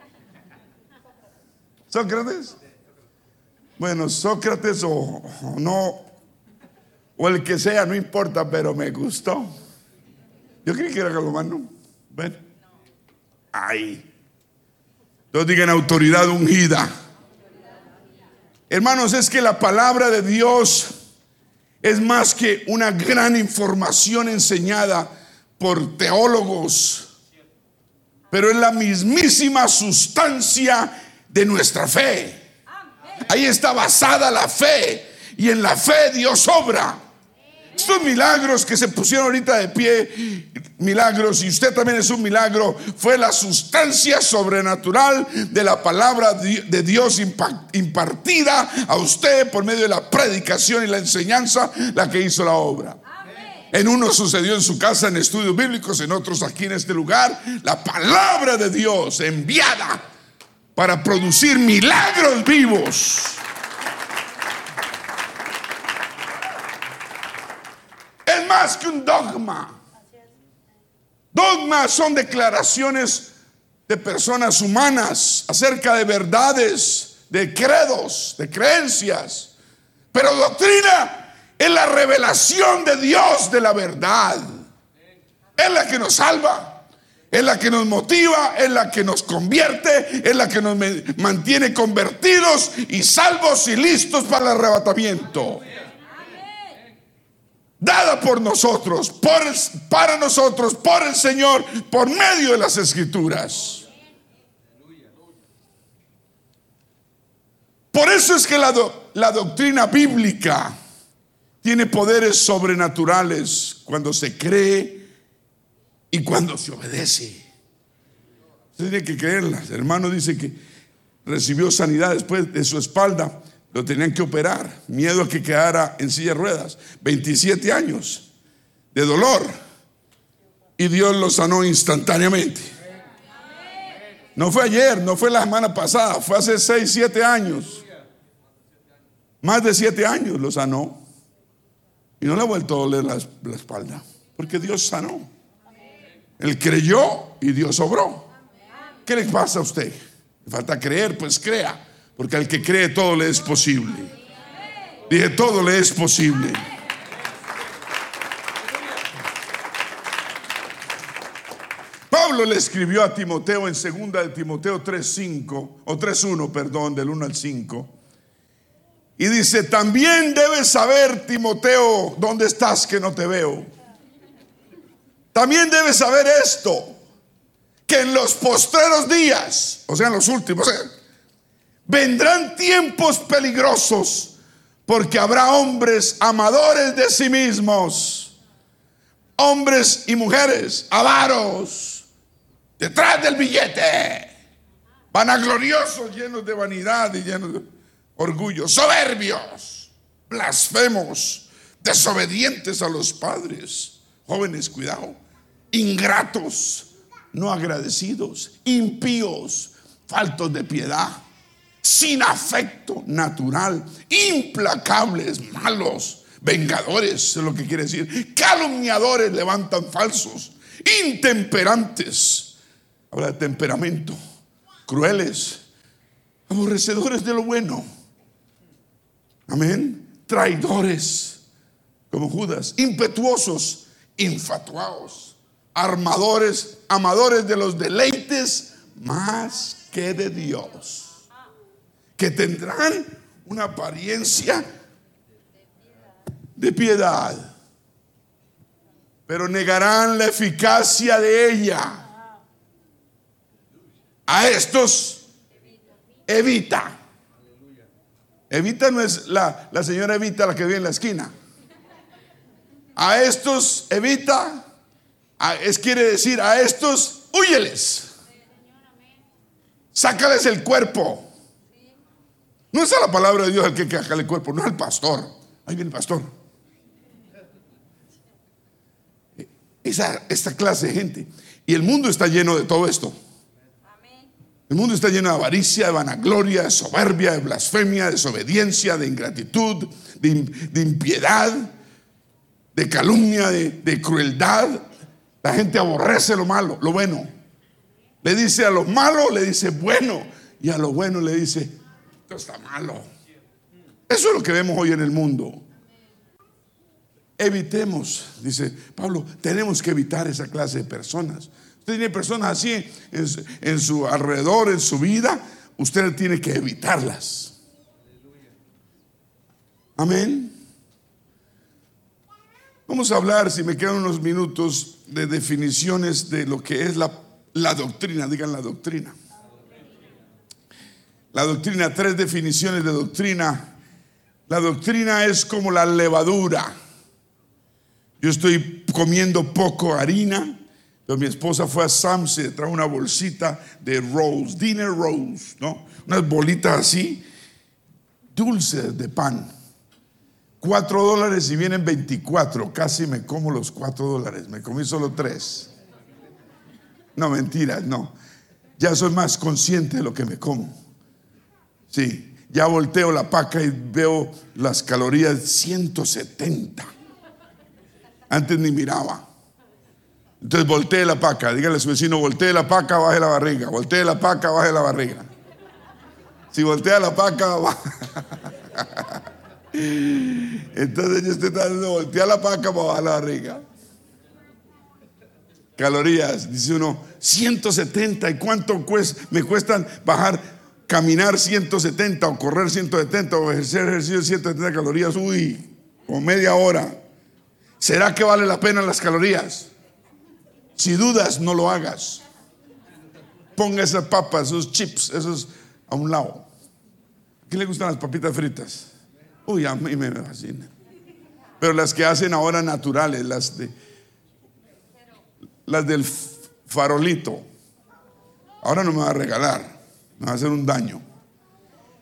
¿Sócrates? Bueno, Sócrates o, o no, o el que sea, no importa, pero me gustó. Yo creí que era Carlomagno. ¿Ven? Ay. Entonces digan autoridad ungida. Hermanos, es que la palabra de Dios es más que una gran información enseñada por teólogos, pero es la mismísima sustancia de nuestra fe. Ahí está basada la fe, y en la fe Dios obra. Estos milagros que se pusieron ahorita de pie, milagros, y usted también es un milagro, fue la sustancia sobrenatural de la palabra de Dios impartida a usted por medio de la predicación y la enseñanza, la que hizo la obra. En uno sucedió en su casa en estudios bíblicos, en otros aquí en este lugar. La palabra de Dios enviada para producir milagros vivos. Es más que un dogma. Dogmas son declaraciones de personas humanas acerca de verdades, de credos, de creencias. Pero doctrina es la revelación de Dios de la verdad. Es la que nos salva, es la que nos motiva, es la que nos convierte, es la que nos mantiene convertidos y salvos y listos para el arrebatamiento. Dada por nosotros, por el, para nosotros, por el Señor, por medio de las Escrituras. Por eso es que la, do, la doctrina bíblica tiene poderes sobrenaturales cuando se cree y cuando se obedece. Usted tiene que creerlas. El hermano dice que recibió sanidad después de su espalda. Lo tenían que operar, miedo a que quedara en silla de ruedas. veintisiete años de dolor, y Dios lo sanó instantáneamente. No fue ayer, no fue la semana pasada, fue hace seis, siete años. Más de siete años lo sanó. Y no le ha vuelto a doler la, la espalda, porque Dios sanó. Él creyó y Dios obró. ¿Qué le pasa a usted? ¿Le falta creer? Pues crea, porque al que cree todo le es posible. Dije, todo le es posible. Pablo le escribió a Timoteo en segunda de Timoteo tres cinco, o tres uno, perdón, del uno al cinco. Y dice: también debes saber, Timoteo, dónde estás que no te veo. También debes saber esto, que en los postreros días, o sea, en los últimos, o sea, vendrán tiempos peligrosos, porque habrá hombres amadores de sí mismos, hombres y mujeres avaros, detrás del billete, vanagloriosos, llenos de vanidad y llenos de orgullo, soberbios, blasfemos, desobedientes a los padres. Jóvenes, cuidado. Ingratos, no agradecidos, impíos, faltos de piedad, sin afecto natural, implacables, malos, vengadores, es lo que quiere decir, calumniadores, levantan falsos, intemperantes, habla de temperamento, crueles, aborrecedores de lo bueno, amén, traidores como Judas, impetuosos, infatuados, armadores, amadores de los deleites más que de Dios, que tendrán una apariencia de piedad, pero negarán la eficacia de ella. A estos evita. Evita no es la, la señora Evita, la que vive en la esquina. A estos evita, a, es quiere decir a estos húyeles, sácales el cuerpo. No es a la palabra de Dios el que hay que sacarle el cuerpo, no al pastor. Ahí viene el pastor. Esa, esta clase de gente. Y el mundo está lleno de todo esto. El mundo está lleno de avaricia, de vanagloria, de soberbia, de blasfemia, de desobediencia, de ingratitud, de, de impiedad, de calumnia, de, de crueldad. La gente aborrece lo malo, lo bueno. Le dice a lo malo, le dice bueno, y a lo bueno le dice, esto está malo. Eso es lo que vemos hoy en el mundo. Evitemos, dice Pablo, tenemos que evitar esa clase de personas. Usted tiene personas así en su, en su alrededor, en su vida, usted tiene que evitarlas. Amén. Vamos a hablar, si me quedan unos minutos, de definiciones de lo que es la, la doctrina. Digan la doctrina. La doctrina, tres definiciones de doctrina. La doctrina es como la levadura. Yo estoy comiendo poco harina, pero mi esposa fue a Sam's y trajo una bolsita de rolls, dinner rolls, ¿no? Unas bolitas así, dulces de pan. Cuatro dólares y vienen veinticuatro. Casi me como los cuatro dólares. Me comí solo tres. No, mentiras, no. Ya soy más consciente de lo que me como. Sí, ya volteo la paca y veo las calorías, ciento setenta. Antes ni miraba. Entonces voltee la paca. Dígale a su vecino, voltee la paca, baje la barriga. Voltee la paca, baje la barriga. Si voltea la paca, baja. Entonces yo estoy tratando de voltear la paca para bajar la barriga. Calorías, dice uno, ciento setenta. ¿Y cuánto cuesta, me cuestan bajar, caminar ciento setenta o correr ciento setenta o ejercer ejercicio ciento setenta calorías? Uy, como media hora. ¿Será que vale la pena las calorías? Si dudas, no lo hagas. Ponga esas papas, esos chips, esos a un lado. ¿A quién le gustan las papitas fritas? Uy, a mí me fascina. Pero las que hacen ahora naturales, las de las del farolito. Ahora no me va a regalar, me va a hacer un daño.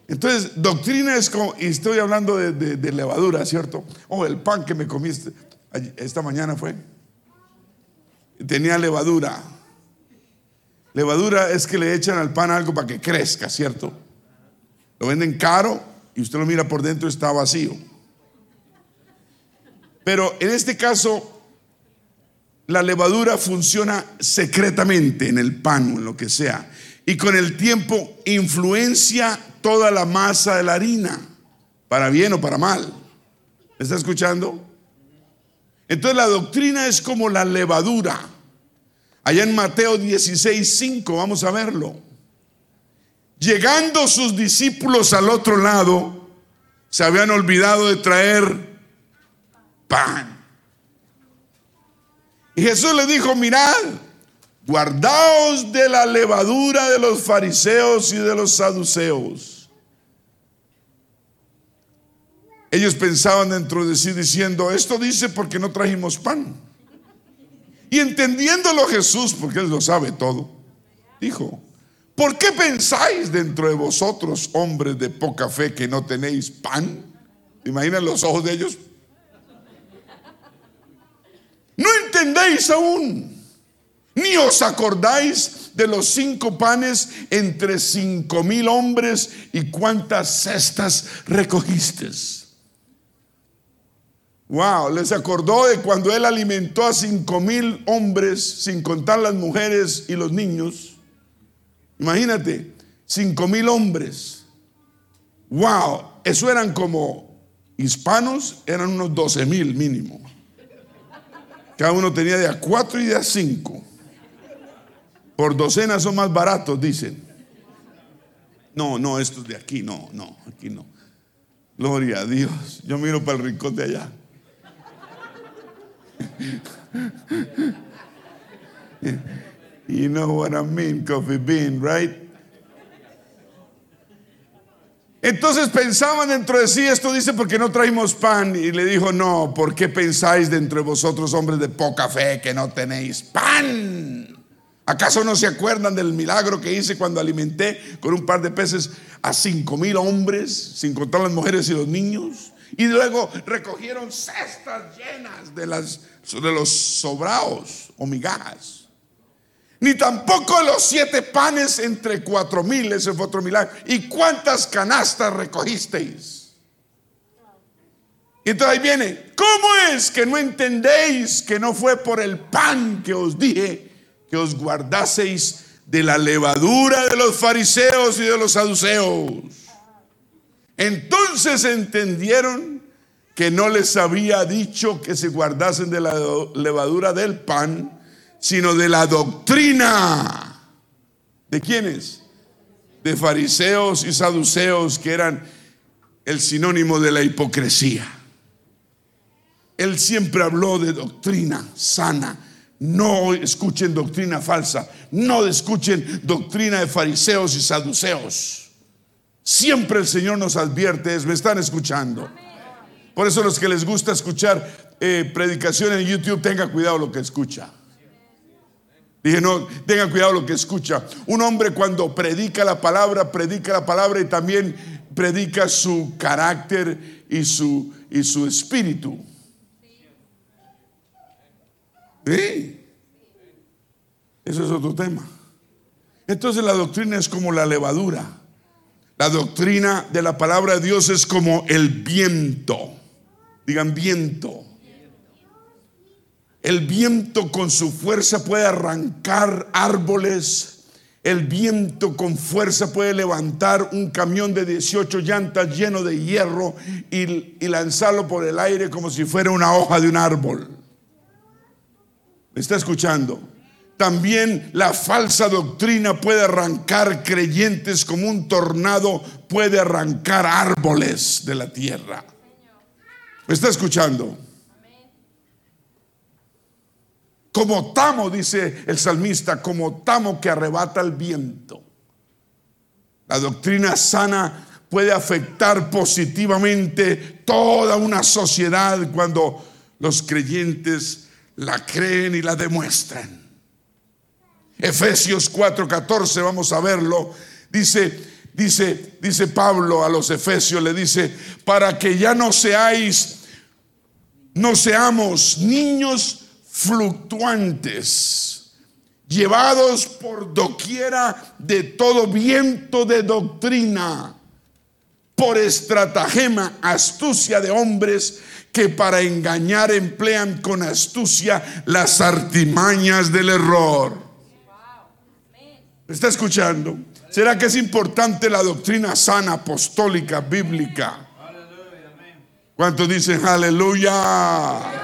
Entonces, doctrina es como, y estoy hablando de, de, de levadura, ¿cierto? Oh, el pan que me comiste esta mañana fue, tenía levadura. Levadura es que le echan al pan algo para que crezca, ¿cierto? Lo venden caro y usted lo mira por dentro y está vacío. Pero en este caso, la levadura funciona secretamente en el pan o en lo que sea, y con el tiempo influencia toda la masa de la harina, para bien o para mal. ¿Me está escuchando? Entonces la doctrina es como la levadura. Allá en Mateo dieciséis cinco, vamos a verlo. Llegando sus discípulos al otro lado, se habían olvidado de traer pan. Y Jesús les dijo: mirad, guardaos de la levadura de los fariseos y de los saduceos. Ellos pensaban dentro de sí diciendo: esto dice porque no trajimos pan. Y entendiéndolo Jesús, porque Él lo sabe todo, dijo: ¿por qué pensáis dentro de vosotros, hombres de poca fe, que no tenéis pan? ¿Se imaginan los ojos de ellos? ¿No entendéis aún? ¿Ni os acordáis de los cinco panes entre cinco mil hombres y cuántas cestas recogisteis? Wow, les acordó de cuando Él alimentó a cinco mil hombres, sin contar las mujeres y los niños. Imagínate, cinco mil hombres. Wow, eso eran como hispanos, eran unos doce mil mínimo. Cada uno tenía de a cuatro y de a cinco. Por docena son más baratos, dicen. No, no, estos de aquí, no, no, aquí no. Gloria a Dios. Yo miro para el rincón de allá. You know what I mean, Coffee Bean, right? Entonces pensaban dentro de sí: esto dice porque no traímos pan. Y le dijo: no, ¿por qué pensáis dentro de vosotros, hombres de poca fe, que no tenéis pan? ¿Acaso no se acuerdan del milagro que hice cuando alimenté con un par de peces a cinco mil hombres, sin contar las mujeres y los niños? Y luego recogieron cestas llenas de, las, de los sobrados o migajas. Ni tampoco los siete panes entre cuatro mil, ese fue otro milagro. ¿Y cuántas canastas recogisteis? Y entonces ahí viene: ¿cómo es que no entendéis que no fue por el pan que os dije que os guardaseis de la levadura de los fariseos y de los saduceos? Entonces entendieron que no les había dicho que se guardasen de la levadura del pan, sino de la doctrina. ¿De quiénes? De fariseos y saduceos, que eran el sinónimo de la hipocresía. Él siempre habló de doctrina sana. No escuchen doctrina falsa. No escuchen doctrina de fariseos y saduceos. Siempre el Señor nos advierte. ¿Me están escuchando? Por eso los que les gusta escuchar eh, predicaciones en YouTube, tenga cuidado lo que escucha. Dije: no, tengan cuidado lo que escucha. Un hombre cuando predica la palabra, predica la palabra y también predica su carácter y su, y su espíritu. Sí. Eso es otro tema. Entonces la doctrina es como la levadura. La doctrina de la palabra de Dios es como el viento. Digan: viento. El viento con su fuerza puede arrancar árboles. El viento con fuerza puede levantar un camión de dieciocho llantas lleno de hierro y, y lanzarlo por el aire como si fuera una hoja de un árbol. ¿Me está escuchando? También la falsa doctrina puede arrancar creyentes como un tornado puede arrancar árboles de la tierra. ¿Me está escuchando? Como tamo, dice el salmista, como tamo que arrebata el viento. La doctrina sana puede afectar positivamente toda una sociedad cuando los creyentes la creen y la demuestran. Efesios cuatro catorce, vamos a verlo. Dice: dice, dice Pablo a los Efesios, le dice, para que ya no seáis, no seamos niños fluctuantes, llevados por doquiera de todo viento de doctrina, por estratagema, astucia de hombres que para engañar emplean con astucia las artimañas del error. ¿Me está escuchando? ¿Será que es importante la doctrina sana, apostólica, bíblica? ¿Cuántos dicen aleluya?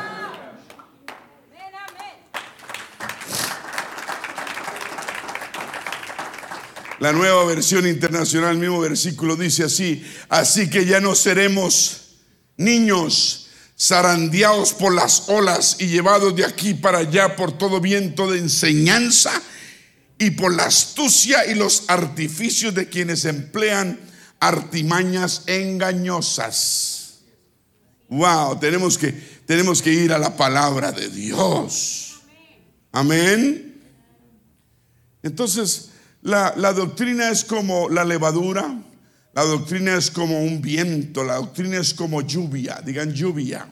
La Nueva Versión Internacional, el mismo versículo dice así: así que ya no seremos niños zarandeados por las olas y llevados de aquí para allá por todo viento de enseñanza y por la astucia y los artificios de quienes emplean artimañas engañosas. Wow, tenemos que, tenemos que ir a la palabra de Dios. Amén. Entonces, La, la doctrina es como la levadura, la doctrina es como un viento, la doctrina es como lluvia, digan lluvia.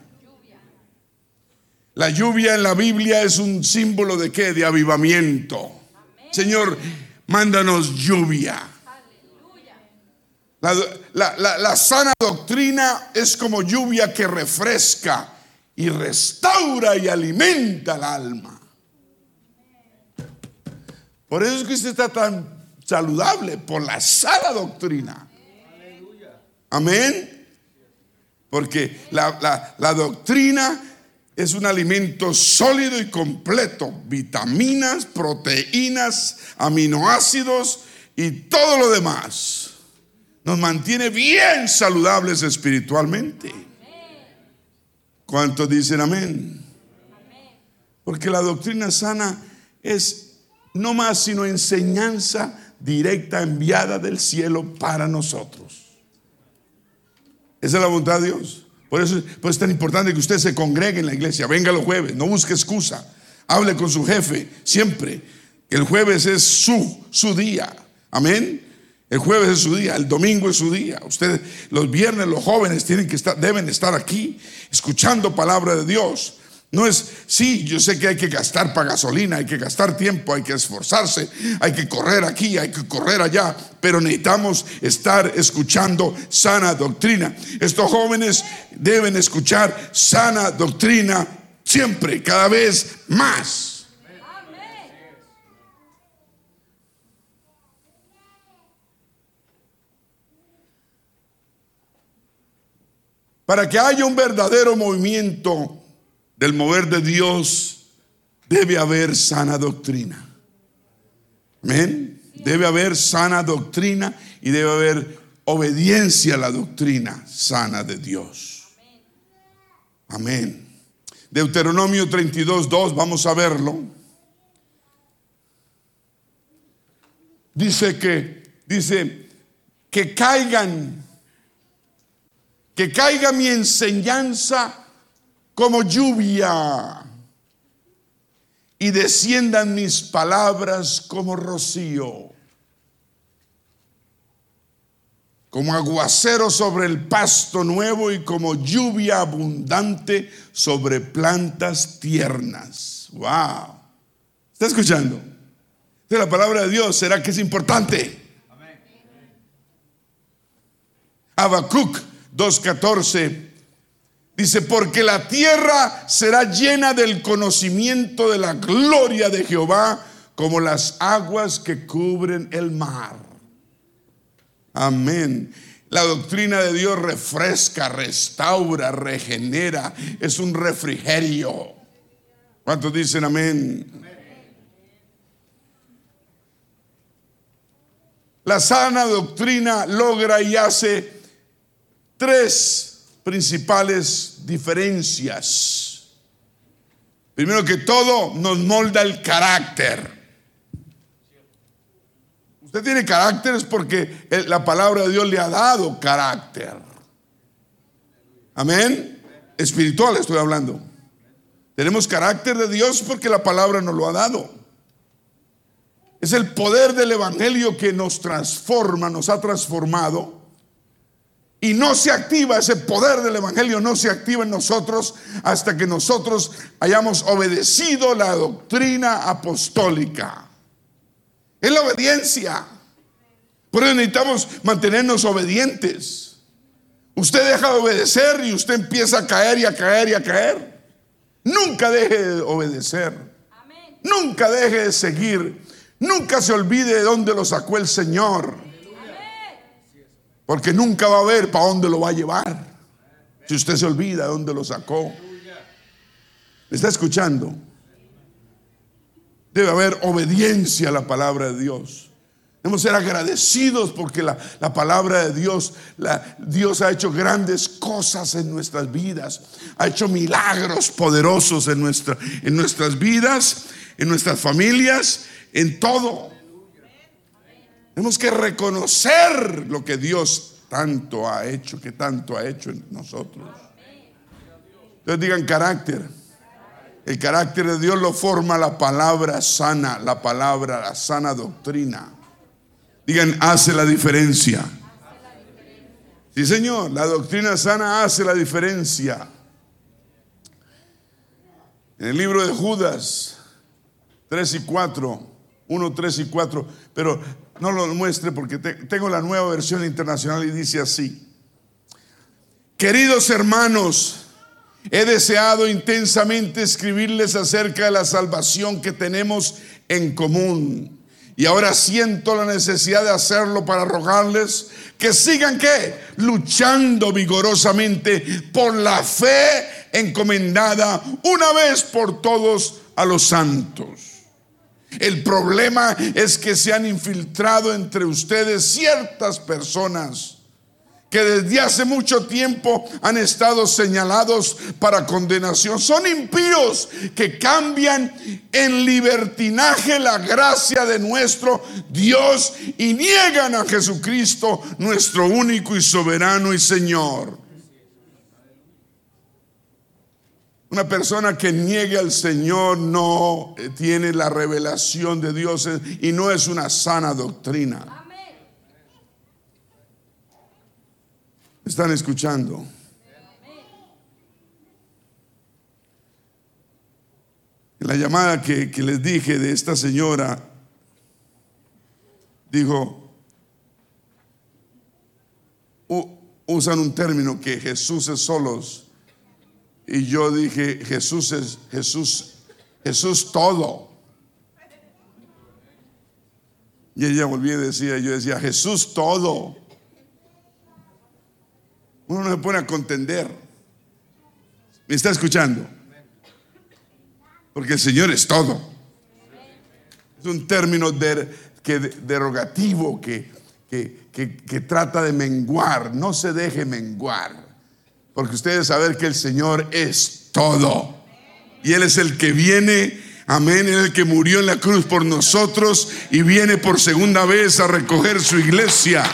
La lluvia en la Biblia es un símbolo de ¿qué? De avivamiento. Amén. Señor, mándanos lluvia. La, la, la, la sana doctrina es como lluvia que refresca y restaura y alimenta el alma. Por eso es que usted está tan saludable, por la sana doctrina. Amén. Porque la, la, la doctrina es un alimento sólido y completo. Vitaminas, proteínas, aminoácidos y todo lo demás. Nos mantiene bien saludables espiritualmente. ¿Cuántos dicen amén? Porque la doctrina sana es no más sino enseñanza directa enviada del cielo para nosotros. Esa es la voluntad de Dios. Por eso, por eso es tan importante que usted se congregue en la iglesia. Venga los jueves, no busque excusa. Hable con su jefe siempre. El jueves es su, su día. Amén. El jueves es su día, el domingo es su día. Ustedes, los viernes, los jóvenes tienen que estar, deben estar aquí escuchando palabra de Dios. No es, sí, yo sé que hay que gastar para gasolina, hay que gastar tiempo, hay que esforzarse, hay que correr aquí, hay que correr allá, pero necesitamos estar escuchando sana doctrina. Estos jóvenes deben escuchar sana doctrina siempre, cada vez más. Para que haya un verdadero movimiento del mover de Dios, debe haber sana doctrina. Amén. Debe haber sana doctrina y debe haber obediencia a la doctrina sana de Dios. Amén. Deuteronomio treinta y dos, dos, vamos a verlo. Dice que, dice que caigan, que caiga mi enseñanza como lluvia y desciendan mis palabras como rocío, como aguacero sobre el pasto nuevo y como lluvia abundante sobre plantas tiernas. Wow. ¿Está escuchando? Entonces la palabra de Dios, ¿será que es importante? Amén. Habacuc dos catorce dice: porque la tierra será llena del conocimiento de la gloria de Jehová, como las aguas que cubren el mar. Amén. La doctrina de Dios refresca, restaura, regenera. Es un refrigerio. ¿Cuántos dicen amén? La sana doctrina logra y hace tres principales diferencias. Primero que todo, nos molda el carácter. Usted tiene carácter es porque la palabra de Dios le ha dado carácter. Amén. Espiritual estoy hablando. Tenemos carácter de Dios porque la palabra nos lo ha dado. Es el poder del evangelio que nos transforma, nos ha transformado. Y no se activa, ese poder del evangelio no se activa en nosotros hasta que nosotros hayamos obedecido la doctrina apostólica. Es la obediencia. Por eso necesitamos mantenernos obedientes. Usted deja de obedecer y usted empieza a caer y a caer y a caer. Nunca deje de obedecer. Amén. Nunca deje de seguir. Nunca se olvide de dónde lo sacó el Señor. Porque nunca va a ver para dónde lo va a llevar si usted se olvida de dónde lo sacó. ¿Me está escuchando? Debe haber obediencia a la palabra de Dios. Debemos ser agradecidos porque la, la palabra de Dios, la, Dios ha hecho grandes cosas en nuestras vidas. Ha hecho milagros poderosos en, nuestra, en nuestras vidas, en nuestras familias, en todo. Tenemos que reconocer lo que Dios tanto ha hecho, que tanto ha hecho en nosotros. Entonces digan carácter. El carácter de Dios lo forma la palabra sana, la palabra, la sana doctrina. Digan, hace la diferencia. Sí, Señor, la doctrina sana hace la diferencia. En el libro de Judas tres y cuatro, uno, tres y cuatro, pero no lo muestre porque te, tengo la nueva versión internacional y dice así: queridos hermanos, he deseado intensamente escribirles acerca de la salvación que tenemos en común, y ahora siento la necesidad de hacerlo para rogarles que sigan ¿qué? Luchando vigorosamente por la fe encomendada una vez por todos a los santos. El problema es que se han infiltrado entre ustedes ciertas personas que desde hace mucho tiempo han estado señalados para condenación. Son impíos que cambian en libertinaje la gracia de nuestro Dios y niegan a Jesucristo, nuestro único y soberano y Señor. Una persona que niegue al Señor no tiene la revelación de Dios y no es una sana doctrina. ¿Me están escuchando? En la llamada que, que les dije de esta señora, dijo, usan un término que Jesús es solos. Y yo dije, Jesús es Jesús, Jesús todo. Y ella volvía y decía, yo decía, Jesús todo. Uno no se pone a contender. ¿Me está escuchando? Porque el Señor es todo. Es un término de, que, derogativo que, que, que, que trata de menguar. No se deje menguar. Porque ustedes saben que el Señor es todo. Y Él es el que viene, amén, Él es el que murió en la cruz por nosotros y viene por segunda vez a recoger su iglesia.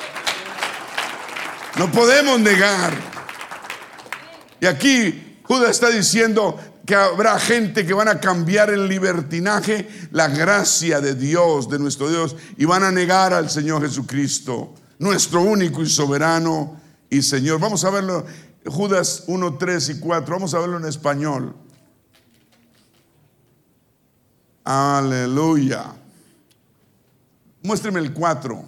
No podemos negar. Y aquí Judas está diciendo que habrá gente que van a cambiar en libertinaje la gracia de Dios, de nuestro Dios, y van a negar al Señor Jesucristo, nuestro único y soberano y Señor. Vamos a verlo. Judas uno, tres y cuatro. Vamos a verlo en español. Aleluya. Muéstreme el cuatro.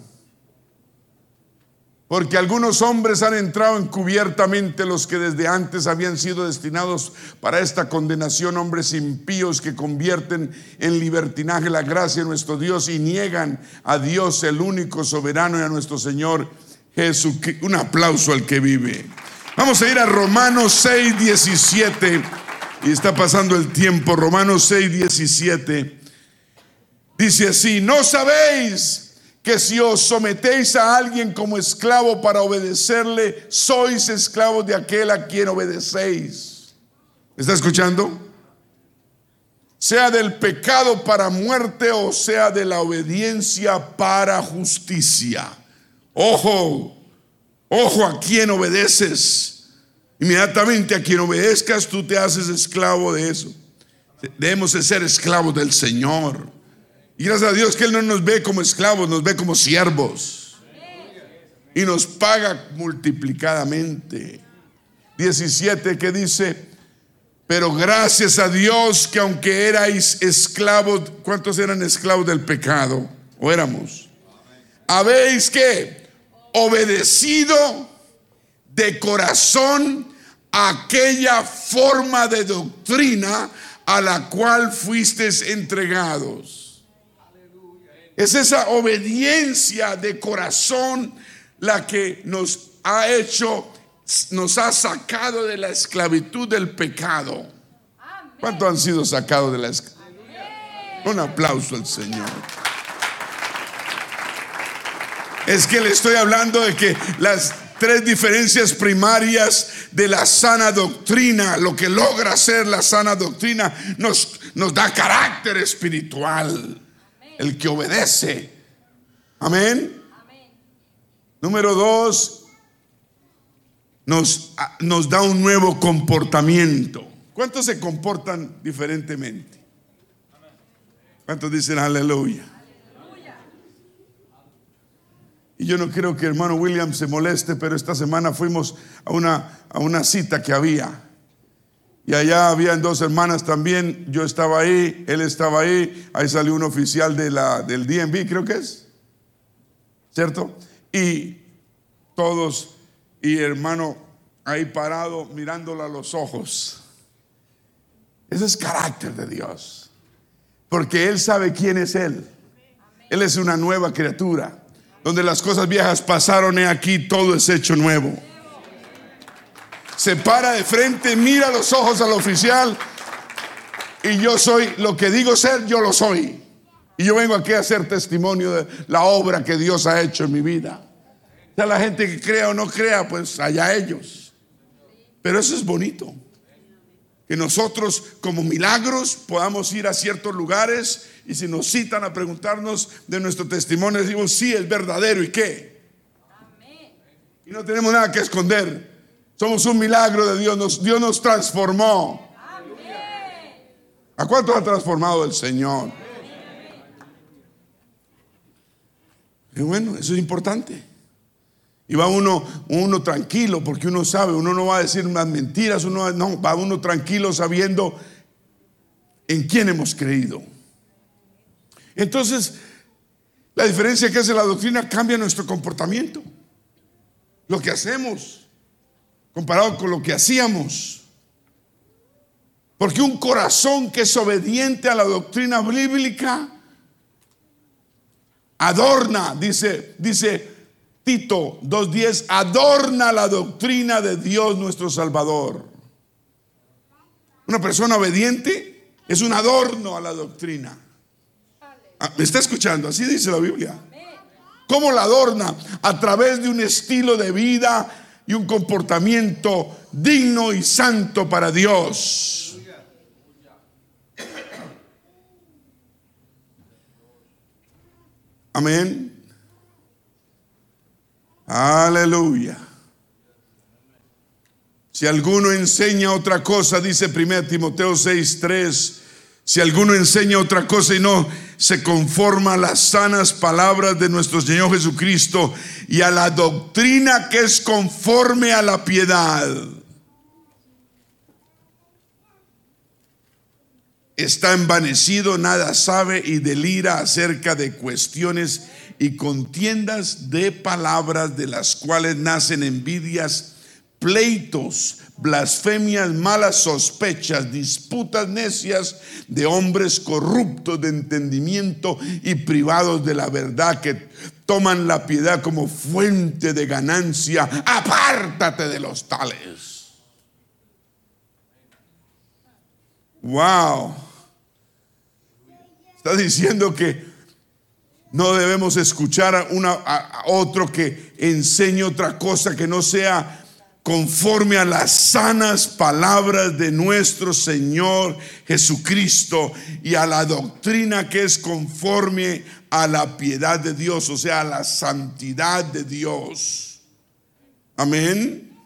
Porque algunos hombres han entrado encubiertamente, los que desde antes habían sido destinados para esta condenación, hombres impíos que convierten en libertinaje la gracia de nuestro Dios y niegan a Dios, el único soberano, y a nuestro Señor Jesucristo. Un aplauso al que vive. Vamos a ir a Romanos seis, diecisiete. Y está pasando el tiempo. Romanos seis, diecisiete. Dice así: ¿no sabéis que si os sometéis a alguien como esclavo para obedecerle, sois esclavos de aquel a quien obedecéis? ¿Me está escuchando? Sea del pecado para muerte o sea de la obediencia para justicia. Ojo. Ojo a quien obedeces. Inmediatamente a quien obedezcas, tú te haces esclavo de eso. Debemos de ser esclavos del Señor. Y gracias a Dios que Él no nos ve como esclavos, nos ve como siervos. Y nos paga multiplicadamente. diecisiete que dice: pero gracias a Dios que aunque erais esclavos, ¿cuántos eran esclavos del pecado? ¿O éramos? Habéis que obedecido de corazón aquella forma de doctrina a la cual fuisteis entregados. Es esa obediencia de corazón la que nos ha hecho, nos ha sacado de la esclavitud del pecado. ¿Cuántos han sido sacados de la esclavitud? Un aplauso al Señor. Es que le estoy hablando de que las tres diferencias primarias de la sana doctrina, lo que logra ser la sana doctrina, nos, nos da carácter espiritual. El que obedece. Amén. Número dos, nos, nos da un nuevo comportamiento. ¿Cuántos se comportan diferentemente? ¿Cuántos dicen aleluya? Y yo no creo que hermano William se moleste, pero esta semana fuimos a una, a una cita que había. Y allá habían dos hermanas también. Yo estaba ahí, él estaba ahí. Ahí salió un oficial de la, del D M V, creo que es, ¿cierto? Y todos, y hermano ahí parado mirándola a los ojos. Ese es carácter de Dios, porque Él sabe quién es Él. Él es una nueva criatura. Donde las cosas viejas pasaron, he aquí todo es hecho nuevo. Se para de frente, mira a los ojos al oficial, y yo soy lo que digo ser, yo lo soy. Y yo vengo aquí a hacer testimonio de la obra que Dios ha hecho en mi vida. O sea, la gente que crea o no crea, pues allá ellos. Pero eso es bonito. Que nosotros como milagros podamos ir a ciertos lugares, y si nos citan a preguntarnos de nuestro testimonio, decimos sí, es verdadero. ¿Y qué? Y no tenemos nada que esconder. Somos un milagro de Dios. Nos, Dios nos transformó. ¿A cuántos ha transformado el Señor? Y bueno, eso es importante. Y va uno, uno tranquilo, porque uno sabe, uno no va a decir unas mentiras, uno no, va uno tranquilo sabiendo en quién hemos creído. Entonces, la diferencia que hace la doctrina cambia nuestro comportamiento, lo que hacemos comparado con lo que hacíamos. Porque un corazón que es obediente a la doctrina bíblica adorna, dice, dice Tito dos diez, adorna la doctrina de Dios nuestro Salvador. Una persona obediente es un adorno a la doctrina. ¿Me está escuchando? Así dice la Biblia. ¿Cómo la adorna? A través de un estilo de vida y un comportamiento digno y santo para Dios. Amén. Aleluya. Si alguno enseña otra cosa, dice primera Timoteo seis tres, si alguno enseña otra cosa y no se conforma a las sanas palabras de nuestro Señor Jesucristo y a la doctrina que es conforme a la piedad, está envanecido, nada sabe y delira acerca de cuestiones y contiendas de palabras, de las cuales nacen envidias, pleitos, blasfemias, malas sospechas, disputas necias de hombres corruptos de entendimiento y privados de la verdad, que toman la piedad como fuente de ganancia. Apártate de los tales. Wow. Está diciendo que no debemos escuchar a, una, a otro que enseñe otra cosa que no sea conforme a las sanas palabras de nuestro Señor Jesucristo y a la doctrina que es conforme a la piedad de Dios, o sea, a la santidad de Dios. Amén.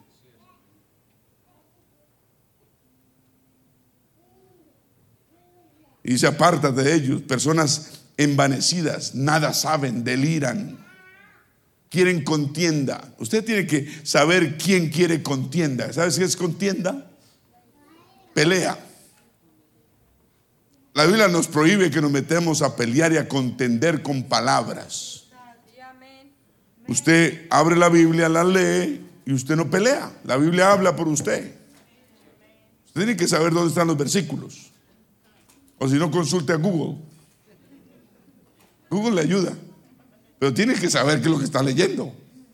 Y se aparta de ellos, personas envanecidas, nada saben, deliran, quieren contienda. Usted tiene que saber quién quiere contienda. ¿Sabes qué es contienda? Pelea. La Biblia nos prohíbe que nos metemos a pelear y a contender con palabras. Usted abre la Biblia, la lee y usted no pelea. La Biblia habla por usted. Usted tiene que saber dónde están los versículos. O si no, consulte a Google. Google le ayuda. Pero tiene que saber qué es lo que está leyendo.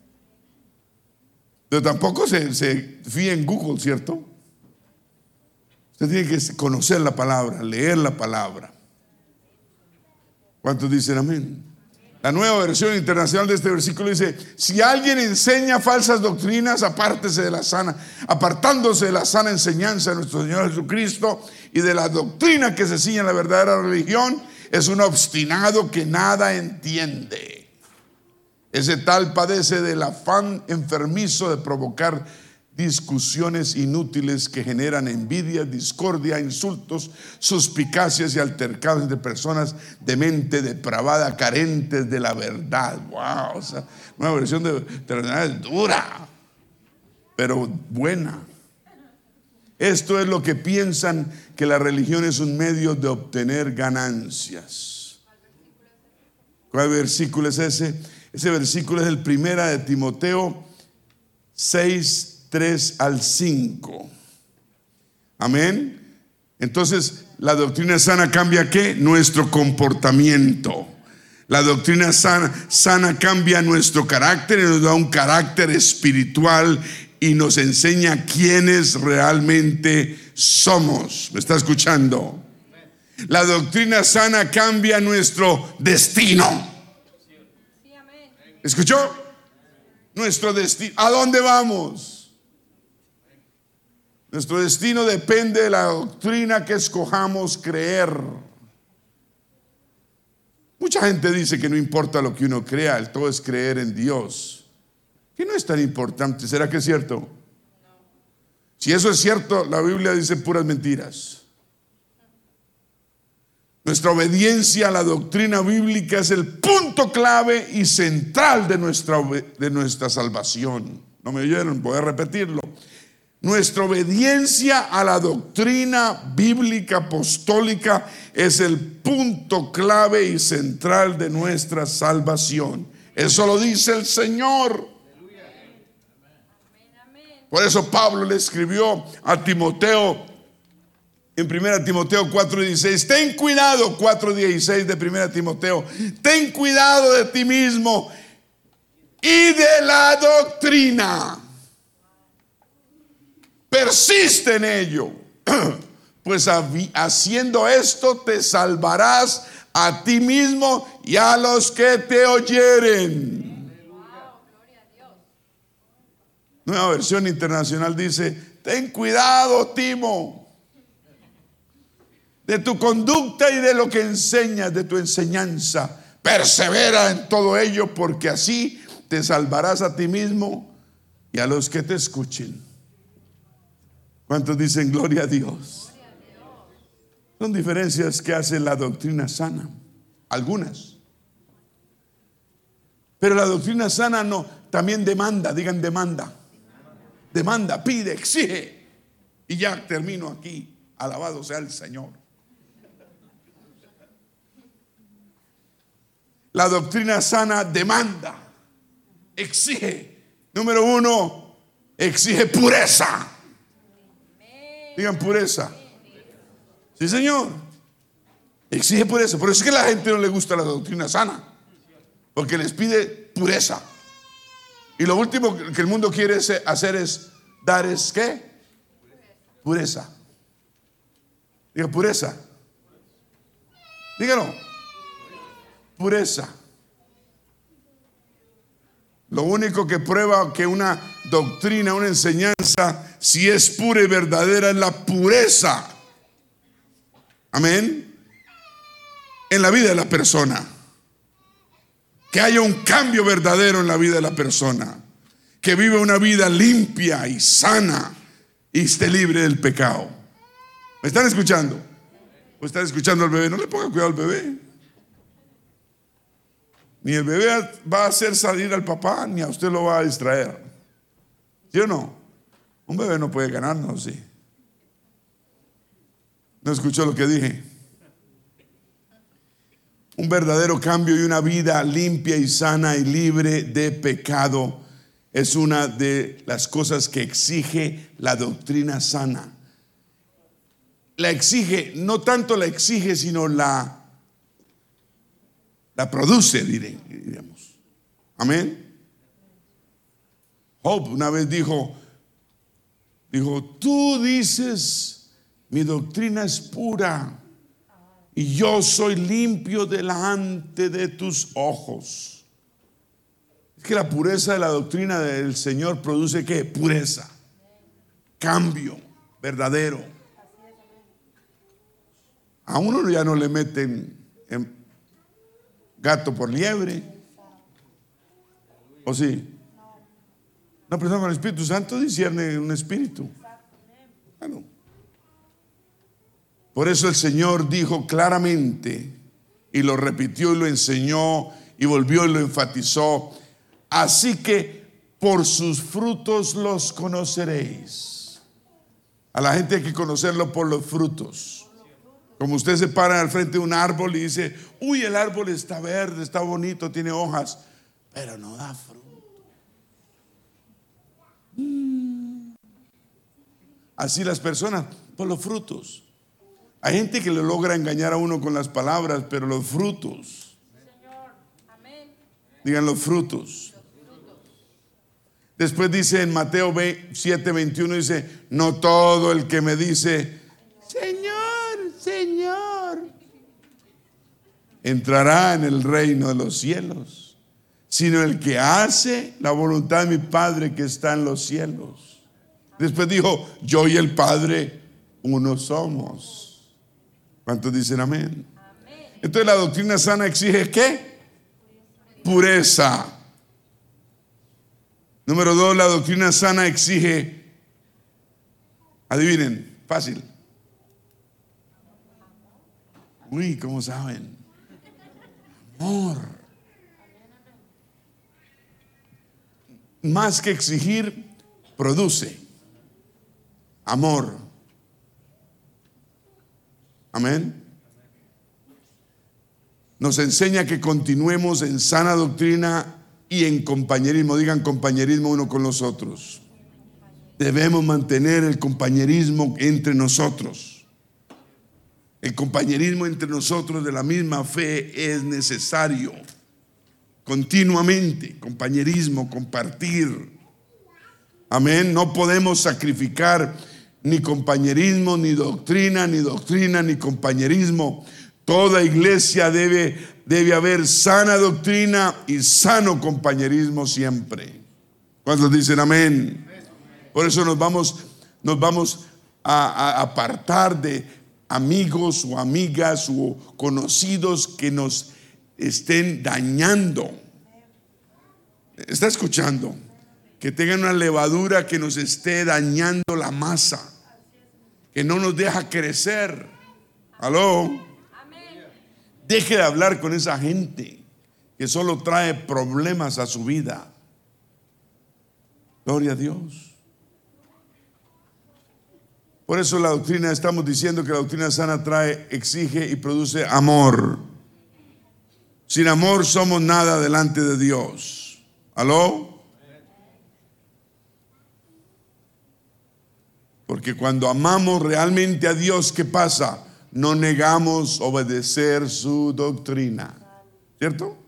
Pero tampoco se, se fíe en Google, ¿cierto? Usted tiene que conocer la palabra, leer la palabra. ¿Cuántos dicen amén? La Nueva Versión Internacional de este versículo dice: si alguien enseña falsas doctrinas, apártese de la sana, apartándose de la sana enseñanza de nuestro Señor Jesucristo y de la doctrina que se ciña en la verdadera religión, es un obstinado que nada entiende. Ese tal padece del afán enfermizo de provocar discusiones inútiles que generan envidia, discordia, insultos, suspicacias y altercados entre personas de mente depravada, carentes de la verdad. Wow, o sea, una versión de terrenal es dura, pero buena. Esto es lo que piensan, que la religión es un medio de obtener ganancias. ¿Cuál versículo es ese? Ese versículo es el primera de Timoteo seis, tres al cinco. Amén. Entonces, la doctrina sana cambia ¿qué? Nuestro comportamiento. La doctrina sana, sana cambia nuestro carácter y nos da un carácter espiritual y nos enseña quiénes realmente somos. ¿Me está escuchando? La doctrina sana cambia nuestro destino. ¿Escuchó? Nuestro destino. ¿A dónde vamos? Nuestro destino depende de la doctrina que escojamos creer. Mucha gente dice que no importa lo que uno crea, el todo es creer en Dios. Que no es tan importante. ¿Será que es cierto? No. Si eso es cierto, la Biblia dice puras mentiras. Nuestra obediencia a la doctrina bíblica es el punto clave y central de nuestra, de nuestra salvación. ¿No me oyeron? Voy a repetirlo. Nuestra obediencia a la doctrina bíblica apostólica es el punto clave y central de nuestra salvación. Eso lo dice el Señor. Por eso Pablo le escribió a Timoteo en primera Timoteo cuatro dieciséis: ten cuidado, cuatro dieciséis de primera Timoteo, ten cuidado de ti mismo y de la doctrina. Persiste en ello, pues haciendo esto te salvarás a ti mismo y a los que te oyeren. Nueva Versión Internacional dice: ten cuidado, Timo, de tu conducta y de lo que enseñas, de tu enseñanza. Persevera en todo ello, porque así te salvarás a ti mismo y a los que te escuchen. ¿Cuántos dicen gloria a Dios? Son diferencias que hace la doctrina sana, algunas. Pero la doctrina sana no, también demanda, digan demanda. Demanda, pide, exige. Y ya termino aquí. Alabado sea el Señor. La doctrina sana demanda, exige. Número uno, exige pureza. Digan pureza. Sí, Señor. Exige pureza. Por eso es que a la gente no le gusta la doctrina sana, porque les pide pureza. Y lo último que el mundo quiere hacer es dar es ¿qué? Pureza. Diga pureza. Dígalo. Pureza. Lo único que prueba que una doctrina, una enseñanza, si es pura y verdadera, es la pureza. Amén. En la vida de la persona. Que haya un cambio verdadero en la vida de la persona. Que vive una vida limpia y sana y esté libre del pecado. ¿Me están escuchando? ¿O están escuchando al bebé? No le ponga cuidado al bebé. Ni el bebé va a hacer salir al papá, ni a usted lo va a distraer. ¿Sí o no? Un bebé no puede ganarnos, sí. ¿No escuchó lo que dije? Un verdadero cambio y una vida limpia y sana y libre de pecado es una de las cosas que exige la doctrina sana. La exige, no tanto la exige, sino la, la produce, diríamos. Amén. Job una vez dijo, dijo, tú dices, mi doctrina es pura y yo soy limpio delante de tus ojos. Es que la pureza de la doctrina del Señor produce ¿qué? Pureza, cambio verdadero. A uno ya no le meten en gato por liebre, ¿o sí? Una persona con el Espíritu Santo discierne un espíritu. Claro. Por eso el Señor dijo claramente, y lo repitió y lo enseñó y volvió y lo enfatizó: así que por sus frutos los conoceréis. A la gente hay que conocerlo por los frutos. Como usted se para al frente de un árbol y dice, uy, el árbol está verde, está bonito, tiene hojas, pero no da fruto. Mm. Así las personas, por los frutos. Hay gente que le logra engañar a uno con las palabras, pero los frutos. Digan los frutos. Después dice en Mateo siete veintiuno, dice, no todo el que me dice, Señor, Señor, entrará en el reino de los cielos, sino el que hace la voluntad de mi Padre que está en los cielos. Después dijo, yo y el Padre uno somos. ¿Cuántos dicen amén? Amén. Entonces la doctrina sana exige ¿qué? Pureza. Número dos, la doctrina sana exige, adivinen, fácil. Uy, ¿cómo saben? Amor. Más que exigir, produce amor. Amén. Nos enseña que continuemos en sana doctrina y en compañerismo. Digan compañerismo uno con los otros. Debemos mantener el compañerismo entre nosotros. El compañerismo entre nosotros de la misma fe es necesario. Continuamente, compañerismo, compartir. Amén. No podemos sacrificar ni compañerismo, ni doctrina, ni doctrina, ni compañerismo. Toda iglesia debe, debe haber sana doctrina y sano compañerismo siempre. ¿Cuántos dicen amén? Por eso nos vamos, nos vamos a, a apartar de amigos o amigas o conocidos que nos estén dañando. ¿Está escuchando? Que tengan una levadura que nos esté dañando la masa, que no nos deja crecer. ¿Aló? Deje de hablar con esa gente que solo trae problemas a su vida. Gloria a Dios. Por eso la doctrina, estamos diciendo que la doctrina sana trae, exige y produce amor. Sin amor somos nada delante de Dios. ¿Aló? Porque cuando amamos realmente a Dios, ¿qué pasa? No negamos obedecer su doctrina. ¿Cierto?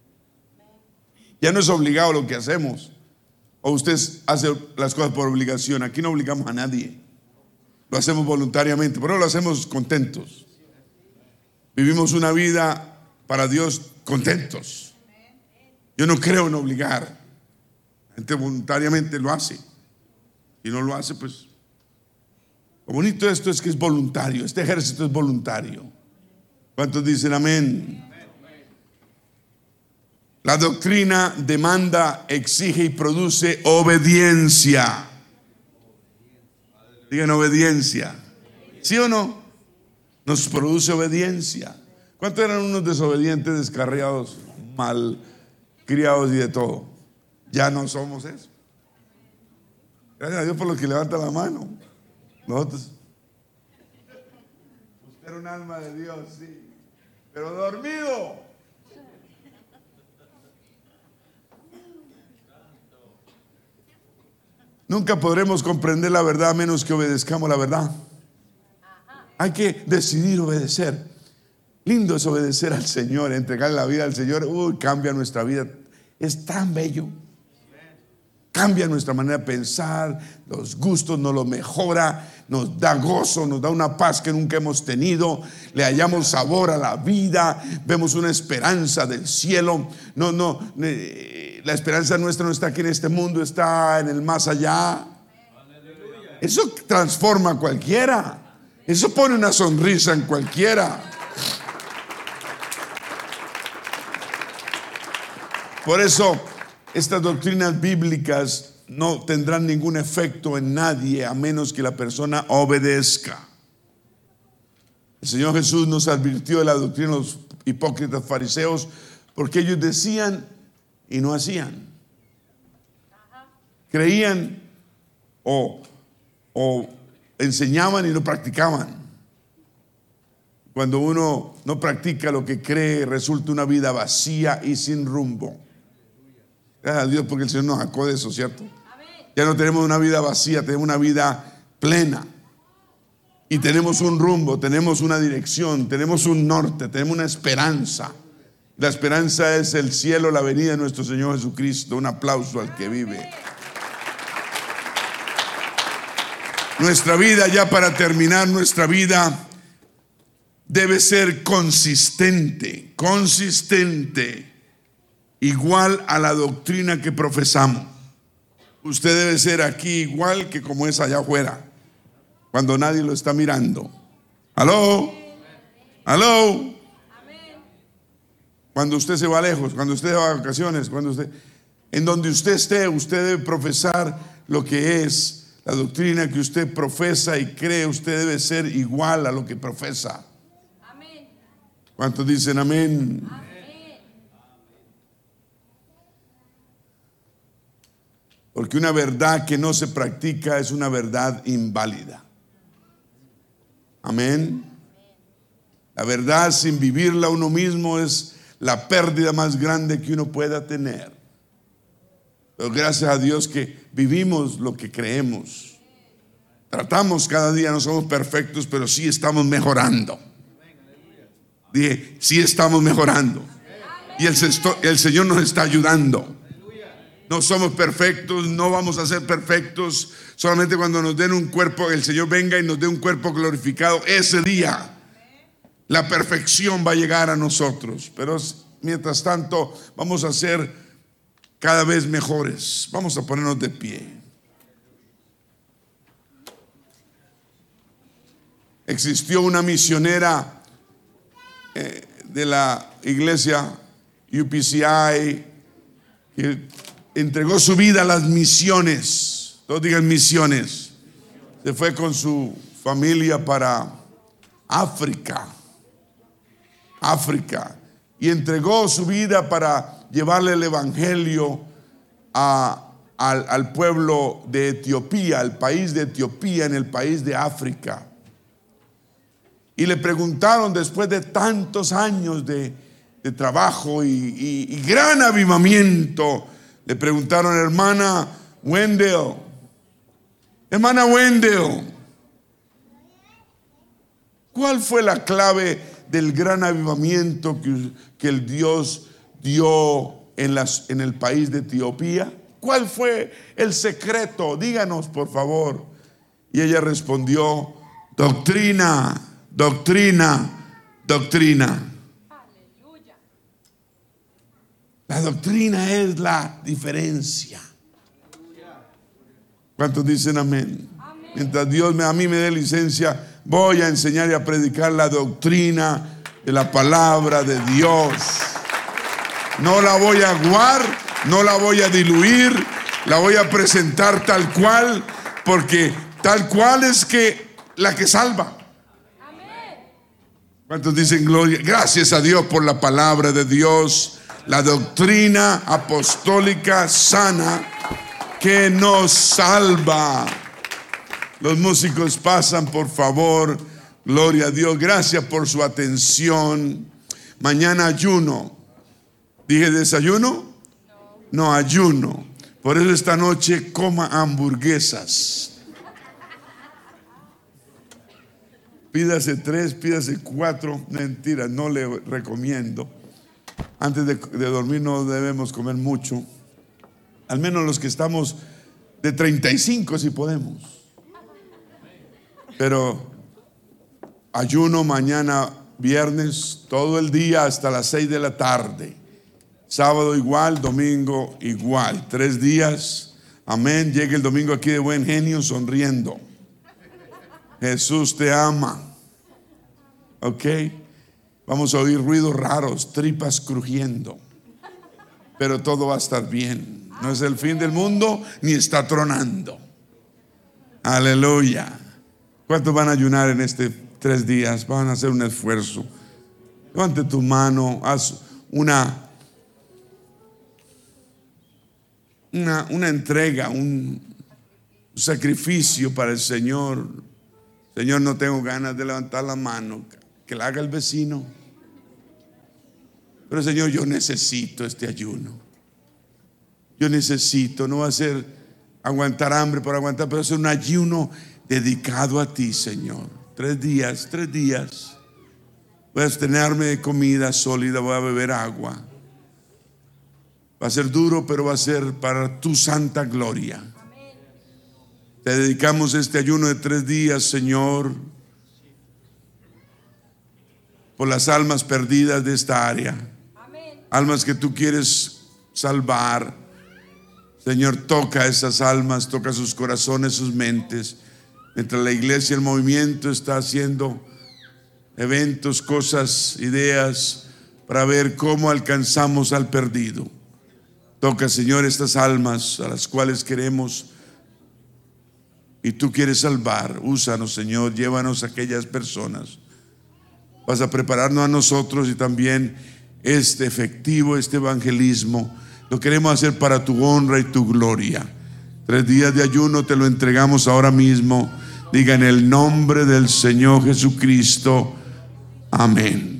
Ya no es obligado lo que hacemos. O usted hace las cosas por obligación. Aquí no obligamos a nadie. Lo hacemos voluntariamente, pero lo hacemos contentos. Vivimos una vida para Dios contentos. Yo no creo en obligar. La gente voluntariamente lo hace. Si no lo hace, pues lo bonito de esto es que es voluntario. Este ejército es voluntario. ¿Cuántos dicen amén? La doctrina demanda, exige y produce obediencia. Digan obediencia. ¿Sí o no? Nos produce obediencia. ¿Cuántos eran unos desobedientes descarriados? mal criados y de todo. Ya no somos eso. Gracias a Dios por los que levantan la mano. Nosotros. Usted era un alma de Dios, sí. Pero dormido. Nunca podremos comprender la verdad a menos que obedezcamos la verdad. Hay que decidir obedecer. Lindo es obedecer al Señor, entregar la vida al Señor. Uy, cambia nuestra vida. Es tan bello. Cambia nuestra manera de pensar, los gustos nos los mejora, nos da gozo, nos da una paz que nunca hemos tenido, le hallamos sabor a la vida, vemos una esperanza del cielo. No, no, la esperanza nuestra no está aquí en este mundo, está en el más allá. Eso transforma a cualquiera, eso pone una sonrisa en cualquiera. Por eso estas doctrinas bíblicas no tendrán ningún efecto en nadie a menos que la persona obedezca. El Señor Jesús nos advirtió de la doctrina de los hipócritas fariseos porque ellos decían y no hacían. Creían o, o enseñaban y no practicaban. Cuando uno no practica lo que cree, resulta una vida vacía y sin rumbo. Gracias a Dios porque el Señor nos sacó de eso, ¿cierto? Ya no tenemos una vida vacía, tenemos una vida plena. Y tenemos un rumbo, tenemos una dirección, tenemos un norte, tenemos una esperanza. La esperanza es el cielo, la venida de nuestro Señor Jesucristo. Un aplauso al que vive. Nuestra vida, ya para terminar, nuestra vida debe ser consistente, consistente. Igual a la doctrina que profesamos. Usted debe ser aquí igual que como es allá afuera, cuando nadie lo está mirando. ¿Aló? ¿Aló? Cuando usted se va lejos, cuando usted va a vacaciones, cuando usted, en donde usted esté, usted debe profesar lo que es la doctrina que usted profesa y cree. Usted debe ser igual a lo que profesa. ¿Cuántos dicen amén? Amén. Porque una verdad que no se practica es una verdad inválida. Amén. La verdad sin vivirla uno mismo es la pérdida más grande que uno pueda tener. Pero gracias a Dios que vivimos lo que creemos. Tratamos cada día, no somos perfectos, pero sí estamos mejorando. Dije, sí estamos mejorando. Y el, el Señor nos está ayudando. No somos perfectos, no vamos a ser perfectos. Solamente cuando nos den un cuerpo, el Señor venga y nos dé un cuerpo glorificado, ese día la perfección va a llegar a nosotros. Pero mientras tanto vamos a ser cada vez mejores. Vamos a ponernos de pie. Existió una misionera eh, de la iglesia U P C I que entregó su vida a las misiones. Todos digan misiones. Se fue con su familia para África. África. Y entregó su vida para llevarle el evangelio a, al, al pueblo de Etiopía, al país de Etiopía, en el país de África. Y le preguntaron, después de tantos años de, de trabajo y, y, y gran avivamiento, le preguntaron, hermana Wendell, hermana Wendell, ¿cuál fue la clave del gran avivamiento que, que el Dios dio en, las, en el país de Etiopía? ¿Cuál fue el secreto? Díganos, por favor. Y ella respondió, doctrina, doctrina, doctrina. La doctrina es la diferencia. ¿Cuántos dicen amén? Amén. Mientras Dios me, a mí me dé licencia, voy a enseñar y a predicar la doctrina de la palabra de Dios. No la voy a aguar, no la voy a diluir, la voy a presentar tal cual, porque tal cual es que la que salva. Amén. ¿Cuántos dicen gloria? Gracias a Dios por la palabra de Dios. La doctrina apostólica sana que nos salva. Los músicos pasan, por favor. Gloria a Dios. Gracias por su atención. Mañana ayuno. ¿Dije desayuno? No, ayuno. Por eso esta noche coma hamburguesas. Pídase tres, pídase cuatro. Mentira, no le recomiendo. Antes de, de dormir no debemos comer mucho. Al menos los que estamos de treinta y cinco si podemos. Pero ayuno mañana viernes todo el día hasta las seis de la tarde. Sábado igual, domingo igual. Tres días. Amén. Llegue el domingo aquí de buen genio, sonriendo. Jesús te ama. Ok. Vamos a oír ruidos raros, tripas crujiendo. Pero todo va a estar bien. No es el fin del mundo, ni está tronando. Aleluya. ¿Cuántos van a ayunar en este tres días? Van a hacer un esfuerzo. Levante tu mano, haz una, una, una entrega, un sacrificio para el Señor. Señor, no tengo ganas de levantar la mano, que la haga el vecino. Pero Señor, yo necesito este ayuno. Yo necesito, no va a ser aguantar hambre por aguantar, pero es un ayuno dedicado a ti, Señor. Tres días, tres días. Voy a abstenerme de comida sólida, voy a beber agua. Va a ser duro, pero va a ser para tu santa gloria. Te dedicamos este ayuno de tres días, Señor, por las almas perdidas de esta área. Amén. Almas que tú quieres salvar. Señor, toca esas almas, toca sus corazones, sus mentes. Mientras la iglesia, el movimiento está haciendo eventos, cosas, ideas para ver cómo alcanzamos al perdido. Toca, Señor, estas almas a las cuales queremos y tú quieres salvar. Úsanos, Señor, llévanos a aquellas personas. Vas a prepararnos a nosotros y también este efectivo, este evangelismo, lo queremos hacer para tu honra y tu gloria. Tres días de ayuno te lo entregamos ahora mismo. Diga en el nombre del Señor Jesucristo. Amén.